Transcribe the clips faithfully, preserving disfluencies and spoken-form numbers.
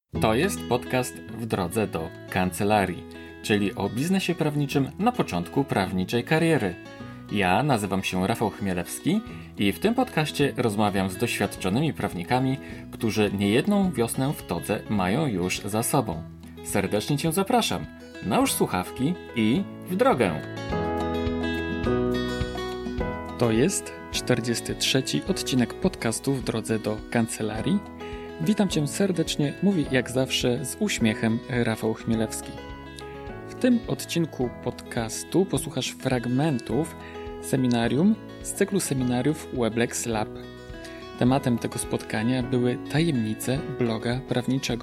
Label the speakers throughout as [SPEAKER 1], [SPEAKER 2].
[SPEAKER 1] To jest podcast W drodze do kancelarii, czyli o biznesie prawniczym na początku prawniczej kariery. Ja nazywam się Rafał Chmielewski i w tym podcaście rozmawiam z doświadczonymi prawnikami, którzy niejedną wiosnę w todze mają już za sobą. Serdecznie Cię zapraszam. Nałóż słuchawki i w drogę! To jest czterdziesty trzeci odcinek podcastu W drodze do kancelarii. Witam Cię serdecznie, mówi jak zawsze z uśmiechem Rafał Chmielewski. W tym odcinku podcastu posłuchasz fragmentów seminarium z cyklu seminariów Weblex Lab. Tematem tego spotkania były tajemnice bloga prawniczego.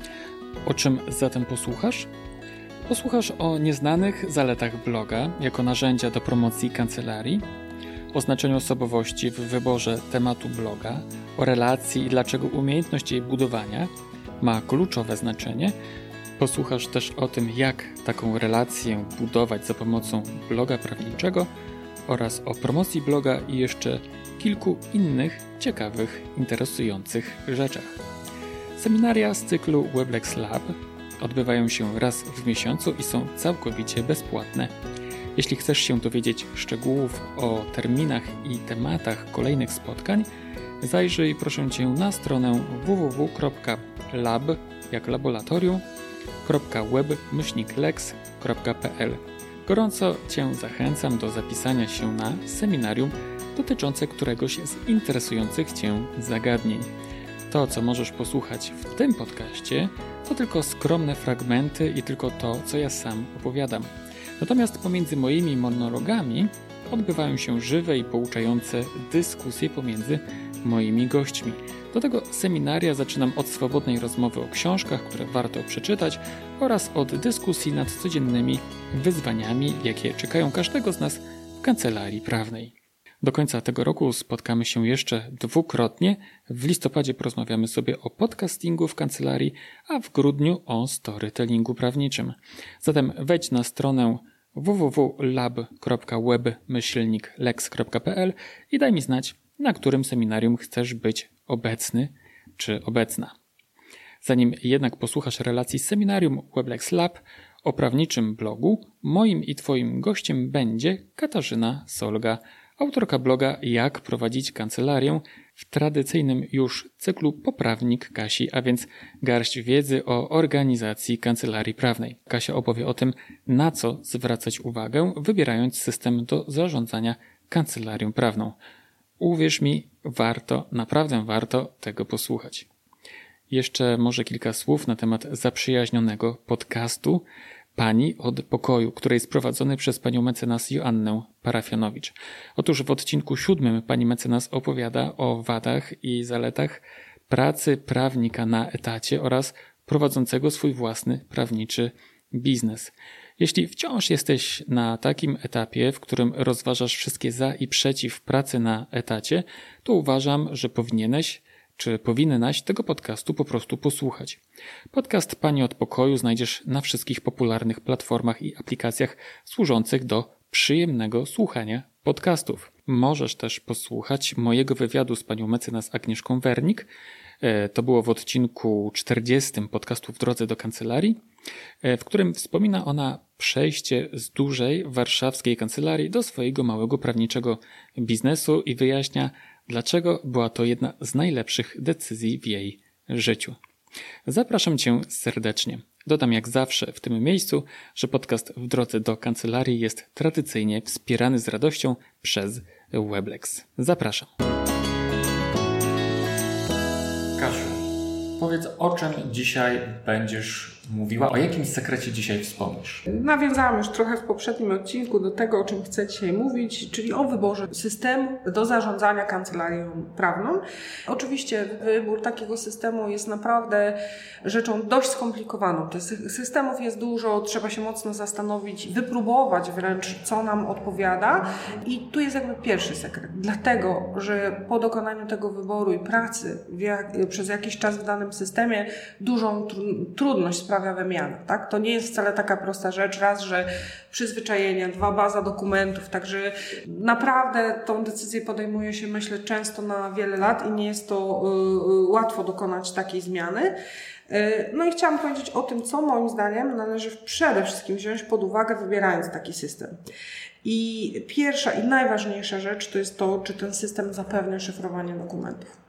[SPEAKER 1] O czym zatem posłuchasz? Posłuchasz o nieznanych zaletach bloga jako narzędzia do promocji kancelarii, o znaczeniu osobowości w wyborze tematu bloga, o relacji i dlaczego umiejętność jej budowania ma kluczowe znaczenie. Posłuchasz też o tym, jak taką relację budować za pomocą bloga prawniczego oraz o promocji bloga i jeszcze kilku innych ciekawych, interesujących rzeczach. Seminaria z cyklu Weblex Lab odbywają się raz w miesiącu i są całkowicie bezpłatne. Jeśli chcesz się dowiedzieć szczegółów o terminach i tematach kolejnych spotkań, zajrzyj proszę Cię na stronę w w w kropka lab jak laboratorium kropka web myślnik lex kropka p l. Gorąco Cię zachęcam do zapisania się na seminarium dotyczące któregoś z interesujących Cię zagadnień. To, co możesz posłuchać w tym podcaście, to tylko skromne fragmenty i tylko to, co ja sam opowiadam. Natomiast pomiędzy moimi monologami odbywają się żywe i pouczające dyskusje pomiędzy moimi gośćmi. Do tego seminaria zaczynam od swobodnej rozmowy o książkach, które warto przeczytać, oraz od dyskusji nad codziennymi wyzwaniami, jakie czekają każdego z nas w kancelarii prawnej. Do końca tego roku spotkamy się jeszcze dwukrotnie. W listopadzie porozmawiamy sobie o podcastingu w kancelarii, a w grudniu o storytellingu prawniczym. Zatem wejdź na stronę w w w kropka lab kropka web myślnik lex kropka p l i daj mi znać, na którym seminarium chcesz być obecny czy obecna. Zanim jednak posłuchasz relacji z seminarium Weblex Lab o prawniczym blogu, moim i Twoim gościem będzie Katarzyna Solga, autorka bloga Jak prowadzić kancelarię w tradycyjnym już cyklu Poprawnik Kasi, a więc garść wiedzy o organizacji kancelarii prawnej. Kasia opowie o tym, na co zwracać uwagę, wybierając system do zarządzania kancelarią prawną. Uwierz mi, warto, naprawdę warto tego posłuchać. Jeszcze może kilka słów na temat zaprzyjaźnionego podcastu Pani od pokoju, który jest prowadzony przez panią mecenas Joannę Parafianowicz. Otóż w odcinku siódmym pani mecenas opowiada o wadach i zaletach pracy prawnika na etacie oraz prowadzącego swój własny prawniczy biznes. Jeśli wciąż jesteś na takim etapie, w którym rozważasz wszystkie za i przeciw pracy na etacie, to uważam, że powinieneś czy powinnaś tego podcastu po prostu posłuchać. Podcast Pani od pokoju znajdziesz na wszystkich popularnych platformach i aplikacjach służących do przyjemnego słuchania podcastów. Możesz też posłuchać mojego wywiadu z panią mecenas Agnieszką Wernik. To było w odcinku czterdziestym podcastu W drodze do kancelarii, w którym wspomina ona przejście z dużej warszawskiej kancelarii do swojego małego prawniczego biznesu i wyjaśnia, dlaczego była to jedna z najlepszych decyzji w jej życiu. Zapraszam Cię serdecznie. Dodam jak zawsze w tym miejscu, że podcast W drodze do kancelarii jest tradycyjnie wspierany z radością przez Weblex. Zapraszam. Kasiu, powiedz, o czym dzisiaj będziesz mówiła, o jakim sekrecie dzisiaj wspomnisz?
[SPEAKER 2] Nawiązałam już trochę w poprzednim odcinku do tego, o czym chcę dzisiaj mówić, czyli o wyborze systemu do zarządzania kancelarią prawną. Oczywiście wybór takiego systemu jest naprawdę rzeczą dość skomplikowaną. Tych systemów jest dużo, trzeba się mocno zastanowić, wypróbować wręcz, co nam odpowiada. I tu jest jakby pierwszy sekret. Dlatego, że po dokonaniu tego wyboru i pracy jak, przez jakiś czas w danym systemie dużą tr- trudność sprawia wymiana, tak? To nie jest wcale taka prosta rzecz. Raz, że przyzwyczajenie, dwa, baza dokumentów, także naprawdę tą decyzję podejmuje się, myślę, często na wiele lat i nie jest to y, y, łatwo dokonać takiej zmiany. No i chciałam powiedzieć o tym, co moim zdaniem należy przede wszystkim wziąć pod uwagę, wybierając taki system. I pierwsza i najważniejsza rzecz to jest to, czy ten system zapewnia szyfrowanie dokumentów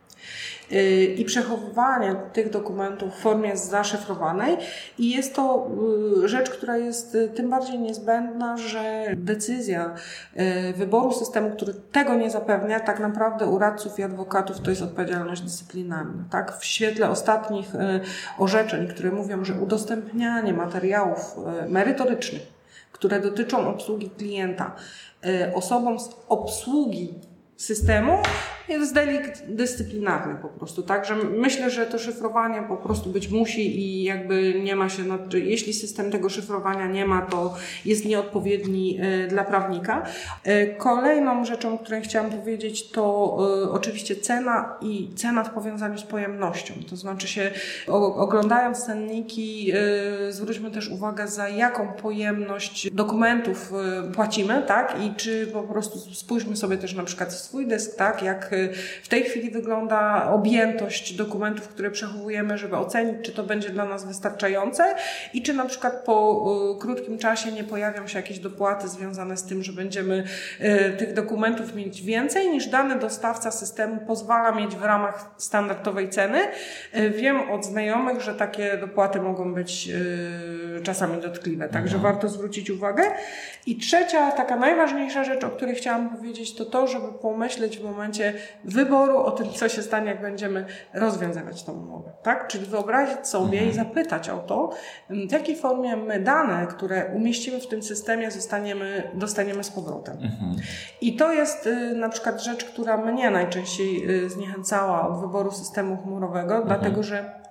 [SPEAKER 2] i przechowywanie tych dokumentów w formie zaszyfrowanej. I jest to rzecz, która jest tym bardziej niezbędna, że decyzja wyboru systemu, który tego nie zapewnia, tak naprawdę u radców i adwokatów to jest odpowiedzialność dyscyplinarna. Tak? W świetle ostatnich orzeczeń, które mówią, że udostępnianie materiałów merytorycznych, które dotyczą obsługi klienta, osobom z obsługi systemu, jest delikt dyscyplinarny po prostu. Także myślę, że to szyfrowanie po prostu być musi i jakby nie ma się, nad, jeśli system tego szyfrowania nie ma, to jest nieodpowiedni dla prawnika. Kolejną rzeczą, o której chciałam powiedzieć, to oczywiście cena i cena w powiązaniu z pojemnością. To znaczy się, oglądając cenniki, zwróćmy też uwagę, za jaką pojemność dokumentów płacimy, tak? I czy po prostu spójrzmy sobie też na przykład w swój dysk, tak? Jak w tej chwili wygląda objętość dokumentów, które przechowujemy, żeby ocenić, czy to będzie dla nas wystarczające i czy na przykład po krótkim czasie nie pojawią się jakieś dopłaty związane z tym, że będziemy tych dokumentów mieć więcej niż dany dostawca systemu pozwala mieć w ramach standardowej ceny. Wiem od znajomych, że takie dopłaty mogą być czasami dotkliwe, także mhm. warto zwrócić uwagę. I trzecia, taka najważniejsza rzecz, o której chciałam powiedzieć, to to, żeby pomyśleć w momencie wyboru o tym, co się stanie, jak będziemy rozwiązywać tą umowę. Tak? Czyli wyobrazić sobie mhm. i zapytać o to, w jakiej formie my dane, które umieścimy w tym systemie, zostaniemy, dostaniemy z powrotem. Mhm. I to jest y, na przykład rzecz, która mnie najczęściej y, zniechęcała od wyboru systemu chmurowego, mhm. dlatego że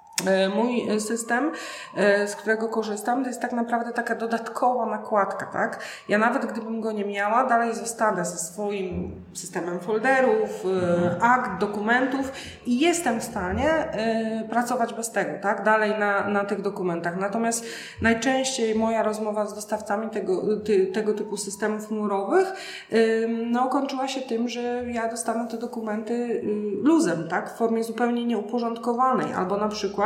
[SPEAKER 2] mój system, z którego korzystam, to jest tak naprawdę taka dodatkowa nakładka, tak? Ja nawet gdybym go nie miała, dalej zostanę ze swoim systemem folderów, akt, dokumentów i jestem w stanie pracować bez tego, tak? Dalej na, na tych dokumentach. Natomiast najczęściej moja rozmowa z dostawcami tego, ty, tego typu systemów chmurowych no, kończyła się tym, że ja dostanę te dokumenty luzem, tak? W formie zupełnie nieuporządkowanej, albo na przykład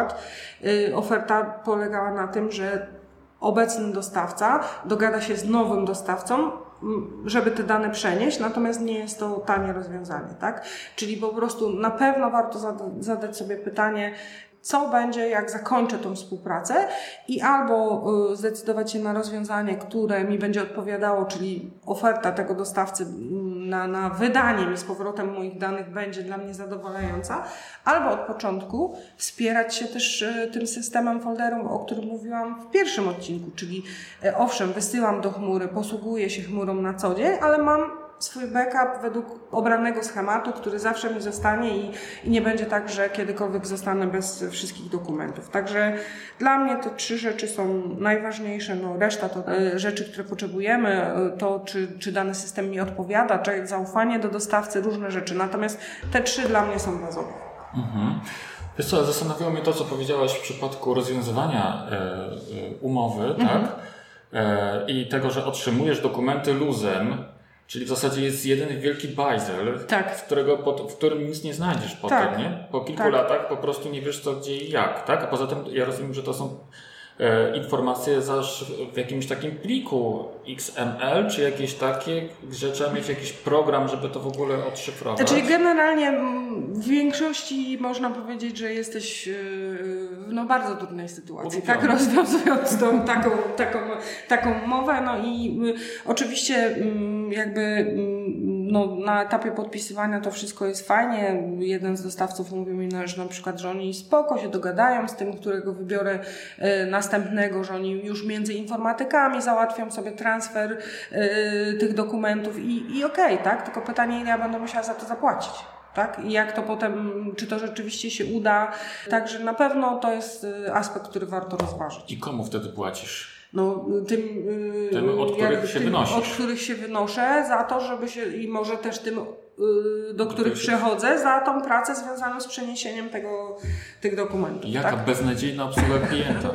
[SPEAKER 2] oferta polegała na tym, że obecny dostawca dogada się z nowym dostawcą, żeby te dane przenieść, natomiast nie jest to tanie rozwiązanie, tak? Czyli po prostu na pewno warto zadać sobie pytanie, co będzie, jak zakończę tą współpracę i albo zdecydować się na rozwiązanie, które mi będzie odpowiadało, czyli oferta tego dostawcy na, na wydanie mi z powrotem moich danych będzie dla mnie zadowalająca, albo od początku wspierać się też tym systemem folderów, o którym mówiłam w pierwszym odcinku, czyli owszem, wysyłam do chmury, posługuję się chmurą na co dzień, ale mam swój backup według obranego schematu, który zawsze mi zostanie i, i nie będzie tak, że kiedykolwiek zostanę bez wszystkich dokumentów. Także dla mnie te trzy rzeczy są najważniejsze. No, reszta to e, rzeczy, które potrzebujemy, to czy, czy dany system mi odpowiada, czy zaufanie do dostawcy, różne rzeczy. Natomiast te trzy dla mnie są bazowe.
[SPEAKER 3] Mhm. Wiesz co, zastanawiało mnie to, co powiedziałaś w przypadku rozwiązywania e, e, umowy, mhm. tak? E, i tego, że otrzymujesz dokumenty luzem. Czyli w zasadzie jest jeden wielki bajzel,
[SPEAKER 2] tak.
[SPEAKER 3] w, którego, w którym nic nie znajdziesz potem,
[SPEAKER 2] tak.
[SPEAKER 3] nie? Po kilku
[SPEAKER 2] tak.
[SPEAKER 3] latach po prostu nie wiesz co, gdzie i jak, tak? A poza tym ja rozumiem, że to są e, informacje zaś w jakimś takim pliku X M L, czy jakieś takie, że trzeba mieć jakiś program, żeby to w ogóle odszyfrować?
[SPEAKER 2] Czyli generalnie w większości można powiedzieć, że jesteś w no, bardzo trudnej sytuacji, tak rozwiązując tą taką, taką, taką mowę. No i oczywiście jakby no, na etapie podpisywania to wszystko jest fajnie. Jeden z dostawców mówi mi, no, że na przykład, że oni spoko się dogadają z tym, którego wybiorę y, następnego, że oni już między informatykami załatwią sobie transfer y, tych dokumentów i, i okej, okay, tak? Tylko pytanie, ile ja będę musiała za to zapłacić. Tak? I jak to potem, czy to rzeczywiście się uda. Także na pewno to jest aspekt, który warto rozważyć.
[SPEAKER 3] I komu wtedy płacisz?
[SPEAKER 2] No, tym,
[SPEAKER 3] tym, od których się
[SPEAKER 2] tym,
[SPEAKER 3] wynosisz.
[SPEAKER 2] Od których się wynoszę za to, żeby się, i może też tym, do których przechodzę, za tą pracę związaną z przeniesieniem tego, tych dokumentów.
[SPEAKER 3] Jaka
[SPEAKER 2] tak?
[SPEAKER 3] beznadziejna obsługa klienta.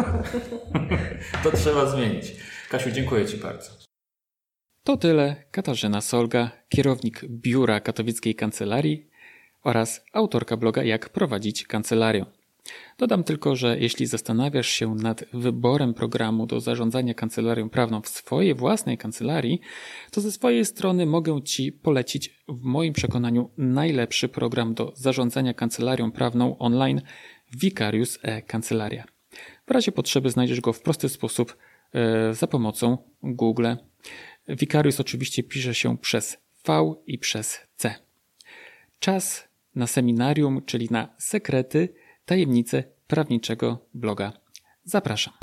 [SPEAKER 3] To trzeba zmienić. Kasiu, dziękuję Ci bardzo.
[SPEAKER 1] To tyle. Katarzyna Solga, kierownik biura katowickiej kancelarii oraz autorka bloga Jak prowadzić kancelarię. Dodam tylko, że jeśli zastanawiasz się nad wyborem programu do zarządzania kancelarią prawną w swojej własnej kancelarii, to ze swojej strony mogę Ci polecić w moim przekonaniu najlepszy program do zarządzania kancelarią prawną online Vicarius e-Kancelaria. W razie potrzeby znajdziesz go w prosty sposób yy, za pomocą Google. Vicarius oczywiście pisze się przez V i przez C. Czas na seminarium, czyli na sekrety, tajemnice prawniczego bloga. Zapraszam.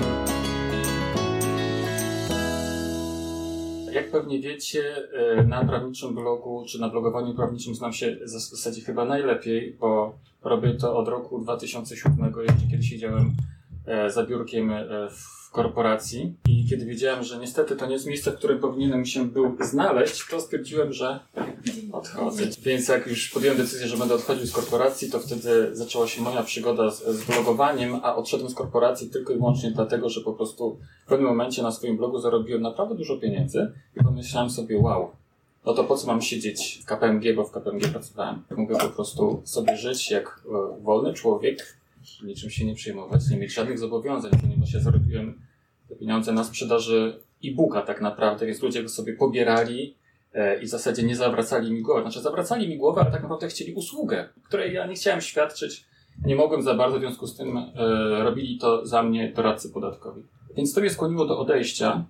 [SPEAKER 3] Jak pewnie wiecie, na prawniczym blogu, czy na blogowaniu prawniczym znam się w zasadzie chyba najlepiej, bo robię to od roku dwa tysiące siódmego, jeszcze kiedy siedziałem za biurkiem w korporacji i kiedy wiedziałem, że niestety to nie jest miejsce, w którym powinienem się był znaleźć, to stwierdziłem, że odchodzę. Więc jak już podjąłem decyzję, że będę odchodził z korporacji, to wtedy zaczęła się moja przygoda z, z blogowaniem, a odszedłem z korporacji tylko i wyłącznie dlatego, że po prostu w pewnym momencie na swoim blogu zarobiłem naprawdę dużo pieniędzy i pomyślałem sobie, wow, no to po co mam siedzieć w K P M G, bo w K P M G pracowałem. Mogę po prostu sobie żyć jak e, wolny człowiek, niczym się nie przejmować, nie mieć żadnych zobowiązań, ponieważ ja zarobiłem te pieniądze na sprzedaży e-booka tak naprawdę, więc ludzie go sobie pobierali e, i w zasadzie nie zawracali mi głowy. Znaczy zawracali mi głowę, ale tak naprawdę chcieli usługę, której ja nie chciałem świadczyć, nie mogłem za bardzo, w związku z tym e, robili to za mnie doradcy podatkowi. Więc to mnie skłoniło do odejścia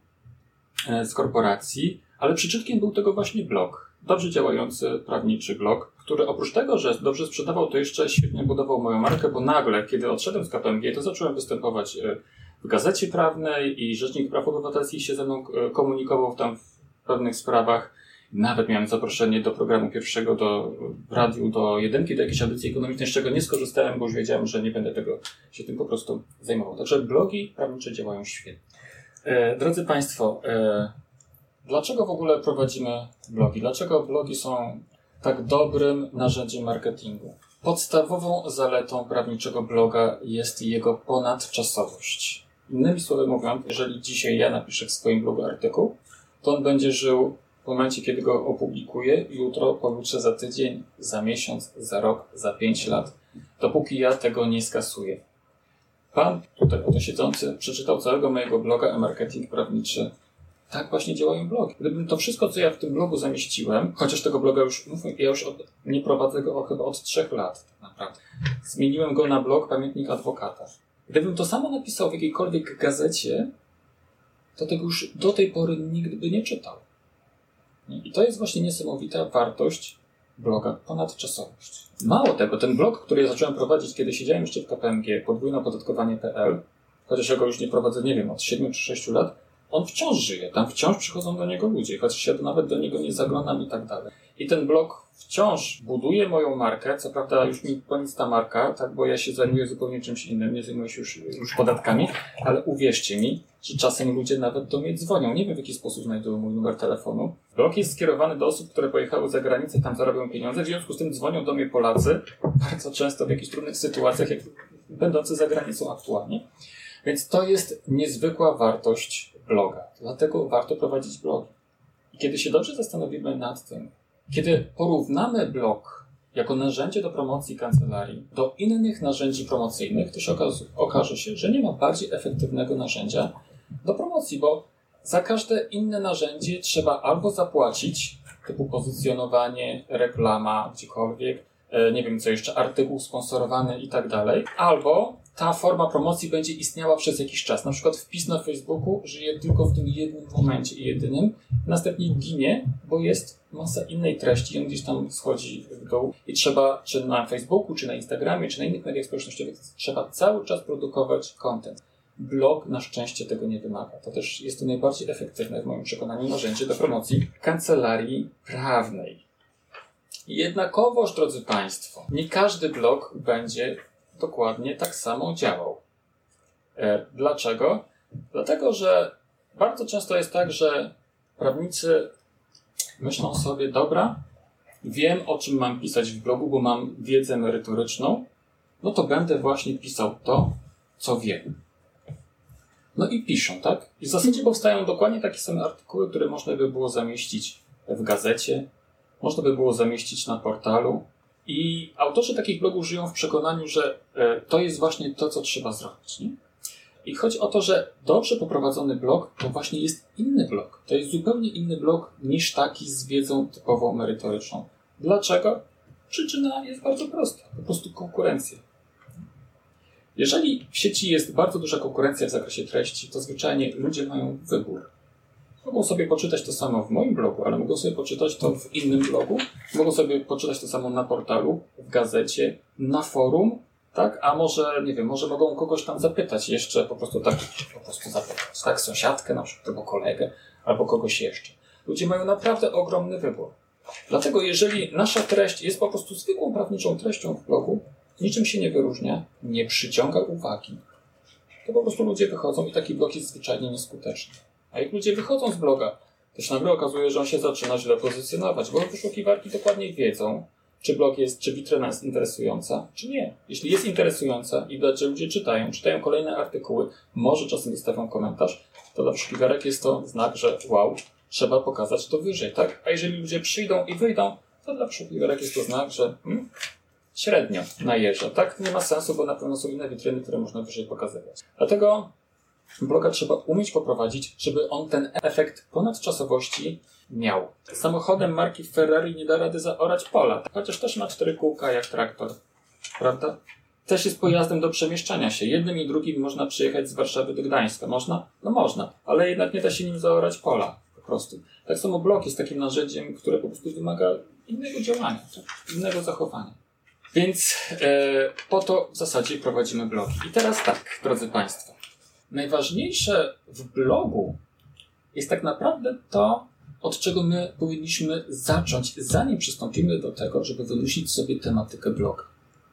[SPEAKER 3] e, z korporacji, ale przyczynkiem był tego właśnie blog. Dobrze działający prawniczy blog, który oprócz tego, że dobrze sprzedawał, to jeszcze świetnie budował moją markę, bo nagle, kiedy odszedłem z K P M G, to zacząłem występować w Gazecie Prawnej i Rzecznik Praw Obywatelskich się ze mną komunikował tam w pewnych sprawach. Nawet miałem zaproszenie do programu pierwszego do w radiu, do jedynki, do jakiejś audycji ekonomicznej, z czego nie skorzystałem, bo już wiedziałem, że nie będę tego się tym po prostu zajmował. Także blogi prawnicze działają świetnie. E, drodzy Państwo, e, dlaczego w ogóle prowadzimy blogi? Dlaczego blogi są tak dobrym narzędziem marketingu? Podstawową zaletą prawniczego bloga jest jego ponadczasowość. Innymi słowy mówiąc, jeżeli dzisiaj ja napiszę w swoim blogu artykuł, to on będzie żył w momencie, kiedy go opublikuję, jutro, pojutrze, za tydzień, za miesiąc, za rok, za pięć lat, dopóki ja tego nie skasuję. Pan tutaj oto siedzący przeczytał całego mojego bloga e-marketing prawniczy. Tak właśnie działają blogi. Gdybym to wszystko, co ja w tym blogu zamieściłem, chociaż tego bloga już, mówię, ja już od, nie prowadzę go chyba od trzech lat, tak naprawdę. Zmieniłem go na blog Pamiętnik Adwokata. Gdybym to samo napisał w jakiejkolwiek gazecie, to tego już do tej pory nigdy by nie czytał. I to jest właśnie niesamowita wartość bloga, ponadczasowość. Mało tego, ten blog, który ja zacząłem prowadzić, kiedy siedziałem jeszcze w K P M G, podwójne opodatkowanie kropka p l, chociaż ja go już nie prowadzę, nie wiem, od siedmiu czy sześciu lat, on wciąż żyje, tam wciąż przychodzą do niego ludzie, chociaż ja nawet do niego nie zaglądam i tak dalej. I ten blog wciąż buduje moją markę, co prawda już mi po nic ta marka, tak, bo ja się zajmuję zupełnie czymś innym, nie zajmuję się już, już podatkami, ale uwierzcie mi, że czasem ludzie nawet do mnie dzwonią. Nie wiem, w jaki sposób znajdują mój numer telefonu. Blog jest skierowany do osób, które pojechały za granicę, tam zarabiają pieniądze, w związku z tym dzwonią do mnie Polacy, bardzo często w jakichś trudnych sytuacjach, jak będący za granicą aktualnie. Więc to jest niezwykła wartość bloga. Dlatego warto prowadzić blogi. I kiedy się dobrze zastanowimy nad tym, kiedy porównamy blog jako narzędzie do promocji kancelarii do innych narzędzi promocyjnych, to się okaże, okaże się, że nie ma bardziej efektywnego narzędzia do promocji, bo za każde inne narzędzie trzeba albo zapłacić, typu pozycjonowanie, reklama, gdziekolwiek, nie wiem co jeszcze, artykuł sponsorowany i tak dalej, albo ta forma promocji będzie istniała przez jakiś czas. Na przykład wpis na Facebooku żyje tylko w tym jednym momencie i jedynym, następnie ginie, bo jest masa innej treści, on gdzieś tam schodzi w dół i trzeba, czy na Facebooku, czy na Instagramie, czy na innych mediach społecznościowych, trzeba cały czas produkować content. Blog na szczęście tego nie wymaga. To też jest to najbardziej efektywne w moim przekonaniu narzędzie do promocji kancelarii prawnej. Jednakowoż, drodzy Państwo, nie każdy blog będzie dokładnie tak samo działał. E, dlaczego? Dlatego, że bardzo często jest tak, że prawnicy myślą sobie, dobra, wiem, o czym mam pisać w blogu, bo mam wiedzę merytoryczną, no to będę właśnie pisał to, co wiem. No i piszą, tak? I w zasadzie powstają dokładnie takie same artykuły, które można by było zamieścić w gazecie, można by było zamieścić na portalu I autorzy takich blogów żyją w przekonaniu, że e, to jest właśnie to, co trzeba zrobić. Nie? I chodzi o to, że dobrze poprowadzony blog to właśnie jest inny blog. To jest zupełnie inny blog niż taki z wiedzą typowo merytoryczną. Dlaczego? Przyczyna jest bardzo prosta. Po prostu konkurencja. Jeżeli w sieci jest bardzo duża konkurencja w zakresie treści, to zwyczajnie ludzie mają wybór. Mogą sobie poczytać to samo w moim blogu, ale mogą sobie poczytać to w innym blogu. Mogą sobie poczytać to samo na portalu, w gazecie, na forum, tak? A może, nie wiem, może mogą kogoś tam zapytać jeszcze, po prostu tak, po prostu zapytać, tak? Sąsiadkę, na przykład, albo kolegę, albo kogoś jeszcze. Ludzie mają naprawdę ogromny wybór. Dlatego jeżeli nasza treść jest po prostu zwykłą prawniczą treścią w blogu, niczym się nie wyróżnia, nie przyciąga uwagi, to po prostu ludzie wychodzą i taki blog jest zwyczajnie nieskuteczny. A jak ludzie wychodzą z bloga, to się nagle okazuje, że on się zaczyna źle pozycjonować, bo wyszukiwarki dokładnie wiedzą, czy blog jest, czy witryna jest interesująca, czy nie. Jeśli jest interesująca i widać, że ludzie czytają, czytają kolejne artykuły, może czasem wystawią komentarz, to dla wyszukiwarek jest to znak, że wow, trzeba pokazać to wyżej, tak? A jeżeli ludzie przyjdą i wyjdą, to dla wyszukiwarek jest to znak, że hmm, średnio najeżdża, tak? Nie ma sensu, bo na pewno są inne witryny, które można wyżej pokazywać. Dlatego bloga trzeba umieć poprowadzić, żeby on ten efekt ponadczasowości miał. Samochodem marki Ferrari nie da rady zaorać pola, chociaż też ma cztery kółka jak traktor, prawda? Też jest pojazdem do przemieszczania się. Jednym i drugim można przyjechać z Warszawy do Gdańska. Można? No można, ale jednak nie da się nim zaorać pola, po prostu. Tak samo blog jest takim narzędziem, które po prostu wymaga innego działania, tak? Innego zachowania. Więc e, po to w zasadzie prowadzimy blogi. I teraz tak, drodzy Państwo. Najważniejsze w blogu jest tak naprawdę to, od czego my powinniśmy zacząć, zanim przystąpimy do tego, żeby wymyślić sobie tematykę bloga.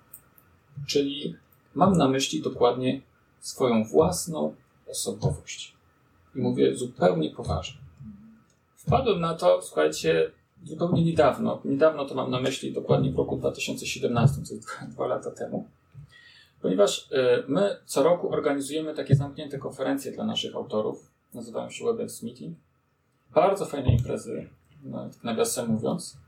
[SPEAKER 3] Czyli mam na myśli dokładnie swoją własną osobowość. I mówię zupełnie poważnie. Wpadłem na to, słuchajcie, zupełnie niedawno. Niedawno to mam na myśli dokładnie w roku dwa tysiące siedemnastym, to jest dwa lata temu. Ponieważ my co roku organizujemy takie zamknięte konferencje dla naszych autorów. Nazywają się WebEx Meeting. Bardzo fajne imprezy, nawiasem mówiąc,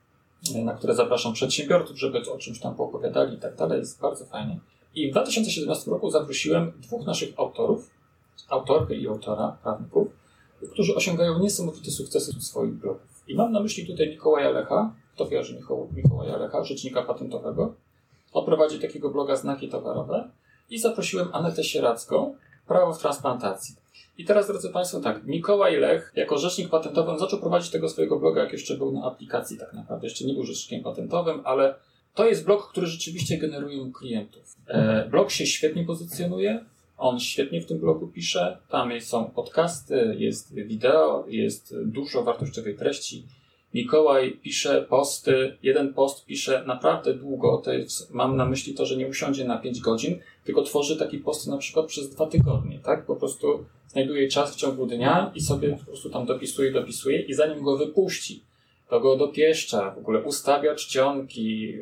[SPEAKER 3] na które zapraszam przedsiębiorców, żeby o czymś tam poopowiadali i tak dalej. Jest bardzo fajnie. I w dwa tysiące siedemnastym roku zaprosiłem dwóch naszych autorów, autorkę i autora, prawników, którzy osiągają niesamowite sukcesy swoich blogów. I mam na myśli tutaj Mikołaja Lecha. Kto kojarzy Mikołaja Lecha, rzecznika patentowego? On prowadzi takiego bloga Znaki Towarowe. I zaprosiłem Anetę Sieradzką, Prawo w transplantacji. I teraz, drodzy Państwo, tak, Mikołaj Lech jako rzecznik patentowy on zaczął prowadzić tego swojego bloga, jak jeszcze był na aplikacji tak naprawdę. Jeszcze nie był rzecznikiem patentowym, ale to jest blog, który rzeczywiście generuje mu klientów. E, blog się świetnie pozycjonuje, on świetnie w tym blogu pisze, tam są podcasty, jest wideo, jest dużo wartościowej treści. Mikołaj pisze posty, jeden post pisze naprawdę długo, to jest, mam na myśli to, że nie usiądzie na pięć godzin, tylko tworzy taki post na przykład przez dwa tygodnie, tak? Po prostu znajduje czas w ciągu dnia i sobie po prostu tam dopisuje, dopisuje i zanim go wypuści, to go dopieszcza, w ogóle ustawia czcionki,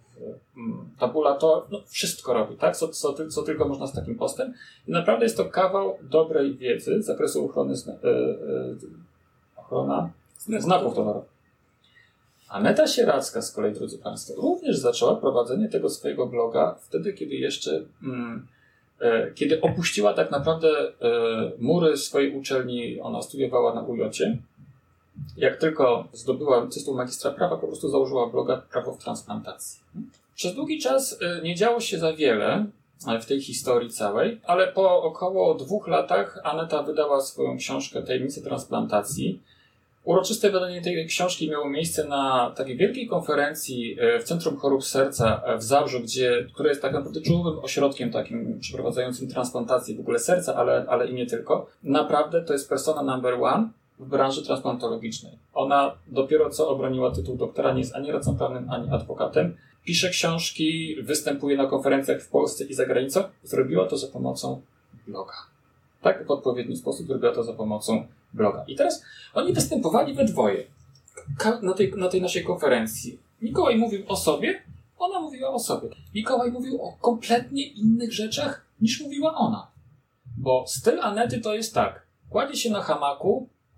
[SPEAKER 3] tabulator, no wszystko robi, tak? Co, co, co tylko można z takim postem. I naprawdę jest to kawał dobrej wiedzy z zakresu ochrony, zna, yy, yy, ochrona znaków towarowych. Aneta Sieradzka z kolei, drodzy Państwo, również zaczęła prowadzenie tego swojego bloga wtedy, kiedy jeszcze mm, e, kiedy opuściła tak naprawdę e, mury swojej uczelni. Ona studiowała na U J-cie. Jak tylko zdobyła tytuł magistra prawa, po prostu założyła bloga Prawo w transplantacji. Przez długi czas e, nie działo się za wiele w tej historii całej, ale po około dwóch latach Aneta wydała swoją książkę Tajemnice transplantacji. Uroczyste wydanie tej książki miało miejsce na takiej wielkiej konferencji w Centrum Chorób Serca w Zabrzu, gdzie, które jest tak naprawdę czołowym ośrodkiem takim przeprowadzającym transplantację w ogóle serca, ale, ale i nie tylko. Naprawdę to jest persona number one w branży transplantologicznej. Ona dopiero co obroniła tytuł doktora, nie jest ani radcą prawnym, ani adwokatem. Pisze książki, występuje na konferencjach w Polsce i za granicą. Zrobiła to za pomocą bloga. Tak, w odpowiedni sposób zrobiła to za pomocą bloga. I teraz oni występowali we dwoje na tej, na tej naszej konferencji. Mikołaj mówił o sobie, ona mówiła o sobie. Mikołaj mówił o kompletnie innych rzeczach, niż mówiła ona. Bo styl Anety to jest tak. Kładzie się na hamaku,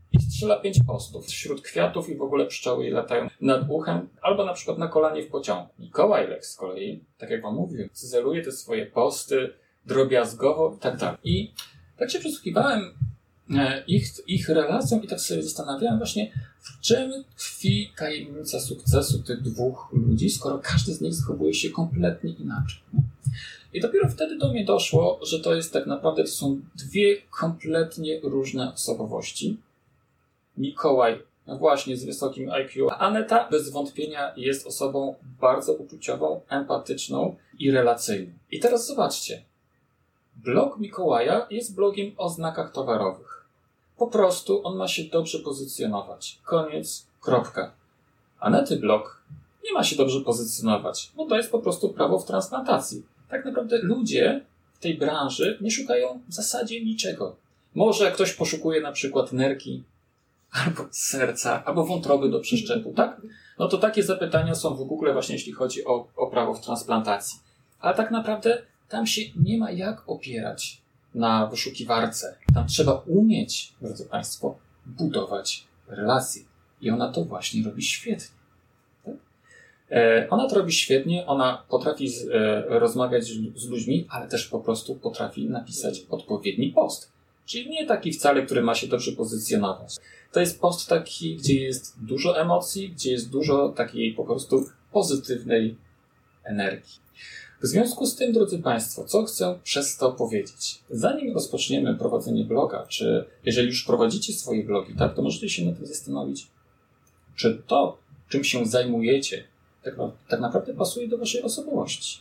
[SPEAKER 3] i strzela pięć postów wśród kwiatów i w ogóle pszczoły jej latają nad uchem, albo na przykład na kolanie w pociągu. Mikołaj Lek z kolei, tak jak wam mówiłem, cyzeluje te swoje posty drobiazgowo i tak dalej. I tak się przysłuchiwałem ich, ich relacjom i tak sobie zastanawiałem właśnie, w czym tkwi tajemnica sukcesu tych dwóch ludzi, skoro każdy z nich zachowuje się kompletnie inaczej. I dopiero wtedy do mnie doszło, że to jest tak naprawdę, to są dwie kompletnie różne osobowości. Mikołaj, no właśnie z wysokim I Q, a Aneta bez wątpienia jest osobą bardzo uczuciową, empatyczną i relacyjną. I teraz zobaczcie. Blog Mikołaja jest blogiem o znakach towarowych. Po prostu on ma się dobrze pozycjonować. Koniec, kropka. Anety blog nie ma się dobrze pozycjonować, bo to jest po prostu prawo w transplantacji. Tak naprawdę ludzie w tej branży nie szukają w zasadzie niczego. Może ktoś poszukuje na przykład nerki, albo serca, albo wątroby do przeszczepu, tak? No to takie zapytania są w Google właśnie jeśli chodzi o, o prawo w transplantacji. Ale tak naprawdę tam się nie ma jak opierać na wyszukiwarce. Tam trzeba umieć, drodzy Państwo, budować relacje. I ona to właśnie robi świetnie. Tak? E, ona to robi świetnie, ona potrafi z, e, rozmawiać z, z ludźmi, ale też po prostu potrafi napisać odpowiedni post. Czyli nie taki wcale, który ma się dobrze pozycjonować. To jest post taki, gdzie jest dużo emocji, gdzie jest dużo takiej po prostu pozytywnej energii. W związku z tym, drodzy Państwo, co chcę przez to powiedzieć? Zanim rozpoczniemy prowadzenie bloga, czy jeżeli już prowadzicie swoje blogi, tak, to możecie się nad tym zastanowić, czy to, czym się zajmujecie, tak, tak naprawdę pasuje do Waszej osobowości.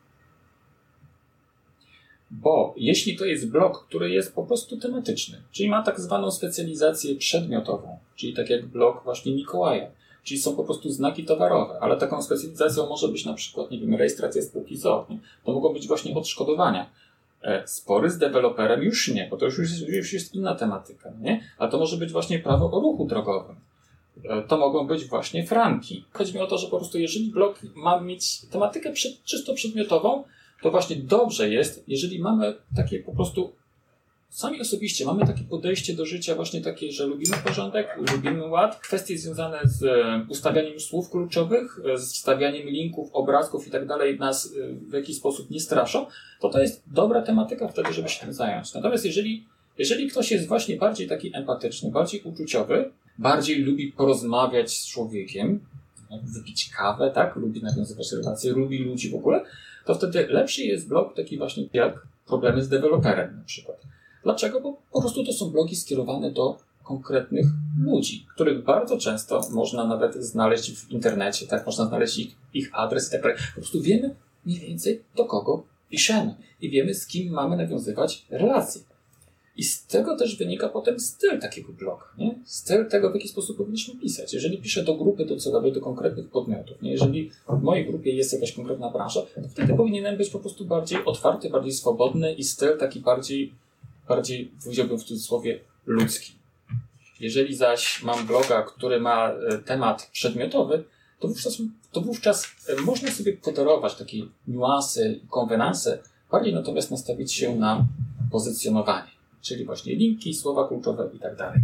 [SPEAKER 3] Bo jeśli to jest blog, który jest po prostu tematyczny, czyli ma tak zwaną specjalizację przedmiotową, czyli tak jak blog właśnie Mikołaja, czyli są po prostu znaki towarowe, ale taką specjalizacją może być na przykład, nie wiem, rejestracja spółki z o o. To mogą być właśnie odszkodowania. Spory z deweloperem już nie, bo to już jest, już jest inna tematyka, nie? Ale to może być właśnie prawo o ruchu drogowym. To mogą być właśnie franki. Chodzi mi o to, że po prostu jeżeli blog ma mieć tematykę przed, czysto przedmiotową, to właśnie dobrze jest, jeżeli mamy takie po prostu, sami osobiście mamy takie podejście do życia właśnie takie, że lubimy porządek, lubimy ład, kwestie związane z ustawianiem słów kluczowych, z wstawianiem linków, obrazków i tak dalej nas w jakiś sposób nie straszą, to to jest dobra tematyka wtedy, żeby się tym zająć. Natomiast jeżeli, jeżeli ktoś jest właśnie bardziej taki empatyczny, bardziej uczuciowy, bardziej lubi porozmawiać z człowiekiem, wypić kawę, tak, lubi nawiązywać relacje, lubi ludzi w ogóle, to wtedy lepszy jest blog taki właśnie jak problemy z deweloperem na przykład. Dlaczego? Bo po prostu to są blogi skierowane do konkretnych ludzi, których bardzo często można nawet znaleźć w internecie, tak? Można znaleźć ich, ich adres i tak dalej. Po prostu wiemy mniej więcej, do kogo piszemy i wiemy, z kim mamy nawiązywać relacje. I z tego też wynika potem styl takiego bloga, nie? Styl tego, w jaki sposób powinniśmy pisać. Jeżeli piszę do grupy docelowej, do konkretnych podmiotów, nie? Jeżeli w mojej grupie jest jakaś konkretna branża, to wtedy powinienem być po prostu bardziej otwarty, bardziej swobodny i styl taki bardziej, bardziej powiedziałbym w cudzysłowie, ludzki. Jeżeli zaś mam bloga, który ma temat przedmiotowy, to wówczas, to wówczas można sobie podarować takie niuanse i konwenanse, bardziej natomiast nastawić się na pozycjonowanie. Czyli właśnie linki, słowa kluczowe i tak dalej.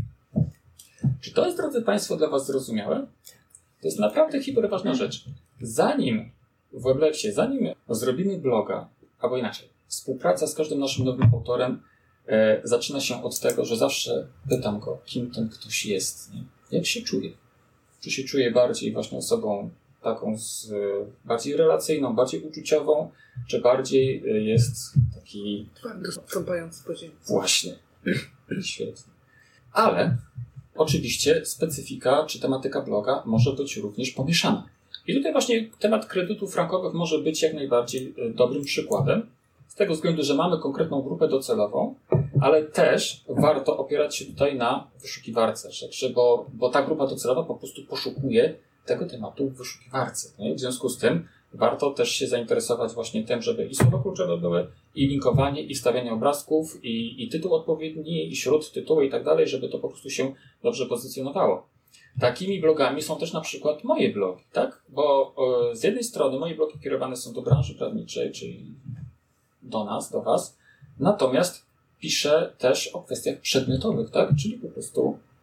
[SPEAKER 3] Czy to jest, drodzy Państwo, dla Was zrozumiałe? To jest naprawdę hiperważna rzecz. Zanim w Webleksie, zanim zrobimy bloga, albo inaczej, współpraca z każdym naszym nowym autorem e, zaczyna się od tego, że zawsze pytam go, kim ten ktoś jest, nie? Jak się czuje? Czy się czuje bardziej właśnie osobą taką z, bardziej relacyjną, bardziej uczuciową, czy bardziej jest taki...
[SPEAKER 2] Twardo stąpający po ziemi.
[SPEAKER 3] Właśnie. Świetnie. Ale oczywiście specyfika czy tematyka bloga może być również pomieszana. I tutaj właśnie temat kredytów frankowych może być jak najbardziej dobrym przykładem, z tego względu, że mamy konkretną grupę docelową, ale też warto opierać się tutaj na wyszukiwarce rzeczy, bo, bo ta grupa docelowa po prostu poszukuje tego tematu w wyszukiwarce. Nie? W związku z tym warto też się zainteresować właśnie tym, żeby i słowa kluczowe były, i linkowanie, i wstawianie obrazków, i, i tytuł odpowiedni, i śród tytułu i tak dalej, żeby to po prostu się dobrze pozycjonowało. Takimi blogami są też na przykład moje blogi, tak? Bo y, z jednej strony moje blogi kierowane są do branży prawniczej, czyli do nas, do Was, natomiast piszę też o kwestiach przedmiotowych, tak? Czyli po prostu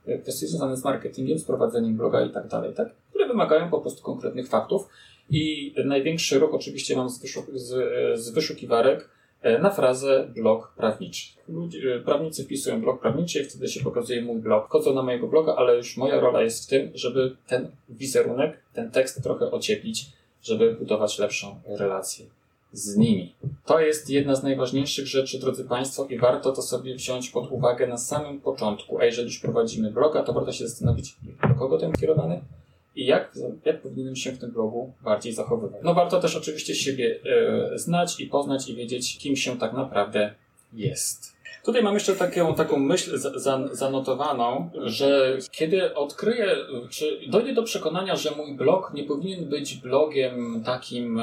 [SPEAKER 3] kwestie związane z marketingiem, z prowadzeniem bloga i tak dalej, tak? Które wymagają po prostu konkretnych faktów. I największy ruch oczywiście mam z, wyszuk z, z wyszukiwarek na frazę blog prawniczy. Ludzie, prawnicy wpisują blog prawniczy i wtedy się pokazuje mój blog. Wchodzą na mojego bloga, ale już moja rola jest w tym, żeby ten wizerunek, ten tekst trochę ocieplić, żeby budować lepszą relację z nimi. To jest jedna z najważniejszych rzeczy, drodzy Państwo, i warto to sobie wziąć pod uwagę na samym początku. A jeżeli już prowadzimy bloga, to warto się zastanowić, do kogo ten kierowany i jak, jak powinienem się w tym blogu bardziej zachowywać. No warto też oczywiście siebie e, znać i poznać i wiedzieć, kim się tak naprawdę jest. Tutaj mam jeszcze taką, taką myśl za, za, zanotowaną, że kiedy odkryję, czy dojdę do przekonania, że mój blog nie powinien być blogiem takim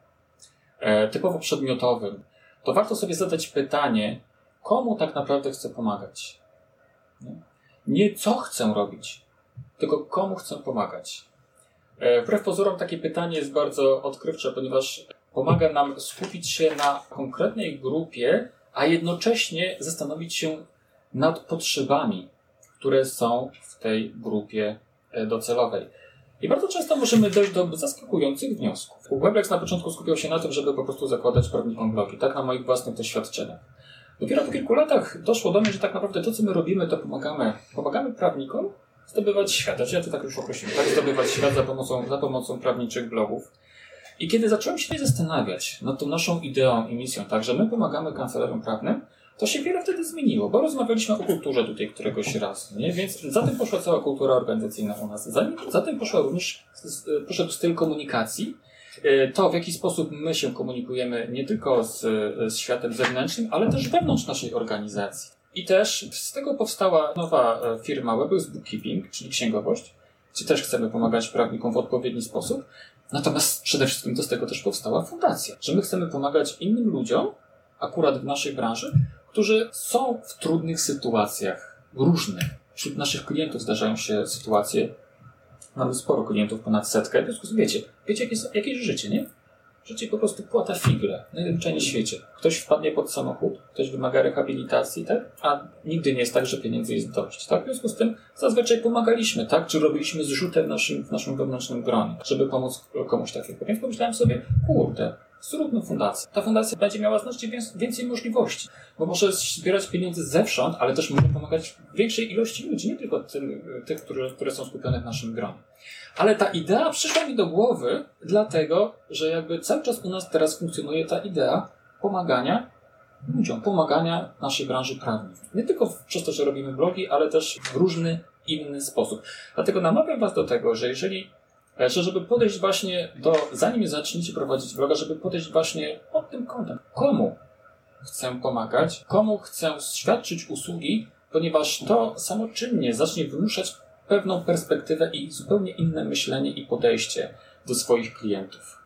[SPEAKER 3] e, typowo przedmiotowym, to warto sobie zadać pytanie, komu tak naprawdę chcę pomagać. Nie, nie co chcę robić, tylko komu chcę pomagać. E, wbrew pozorom takie pytanie jest bardzo odkrywcze, ponieważ pomaga nam skupić się na konkretnej grupie, a jednocześnie zastanowić się nad potrzebami, które są w tej grupie docelowej. I bardzo często możemy dojść do zaskakujących wniosków. Weblex na początku skupiał się na tym, żeby po prostu zakładać prawnikom blogi, tak na moich własnych doświadczeniach. Dopiero po kilku latach doszło do mnie, że tak naprawdę to, co my robimy, to pomagamy, pomagamy prawnikom zdobywać świat. Ja to tak już określiłem, tak? Zdobywać świat za pomocą, za pomocą prawniczych blogów. I kiedy zacząłem się zastanawiać nad tą naszą ideą i misją, tak, że my pomagamy kancelariom prawnym, to się wiele wtedy zmieniło, bo rozmawialiśmy o kulturze tutaj któregoś razu, nie? Więc za tym poszła cała kultura organizacyjna u nas. Za, za tym poszła również, poszedł styl komunikacji, to w jaki sposób my się komunikujemy nie tylko z, z światem zewnętrznym, ale też wewnątrz naszej organizacji. I też z tego powstała nowa firma Weblex Bookkeeping, czyli księgowość, gdzie też chcemy pomagać prawnikom w odpowiedni sposób. Natomiast przede wszystkim to z tego też powstała fundacja, że my chcemy pomagać innym ludziom, akurat w naszej branży, którzy są w trudnych sytuacjach, różnych. Wśród naszych klientów zdarzają się sytuacje, mamy sporo klientów, ponad setkę, w związku z tym wiecie, wiecie jakie, jakie jest życie, nie? Życie po prostu płata figle, najzwyczajniej w świecie. Ktoś wpadnie pod samochód, ktoś wymaga rehabilitacji, tak? A nigdy nie jest tak, że pieniędzy jest dość, tak? W związku z tym zazwyczaj pomagaliśmy, tak? Czy robiliśmy zrzutę w naszym, w naszym wewnętrznym gronie, żeby pomóc komuś takiego. Więc pomyślałem sobie, kurde, zróbmy fundację. Ta fundacja będzie miała znacznie więcej możliwości, bo może zbierać pieniądze zewsząd, ale też może pomagać większej ilości ludzi, nie tylko tym, tych, które, które są skupione w naszym gronie. Ale ta idea przyszła mi do głowy dlatego, że jakby cały czas u nas teraz funkcjonuje ta idea pomagania ludziom, pomagania naszej branży prawnej. Nie tylko przez to, że robimy blogi, ale też w różny inny sposób. Dlatego namawiam Was do tego, że jeżeli że żeby podejść właśnie do, zanim zaczniecie prowadzić bloga, żeby podejść właśnie pod tym kątem. Komu chcę pomagać, komu chcę świadczyć usługi, ponieważ to samoczynnie zacznie wymuszać pewną perspektywę i zupełnie inne myślenie i podejście do swoich klientów.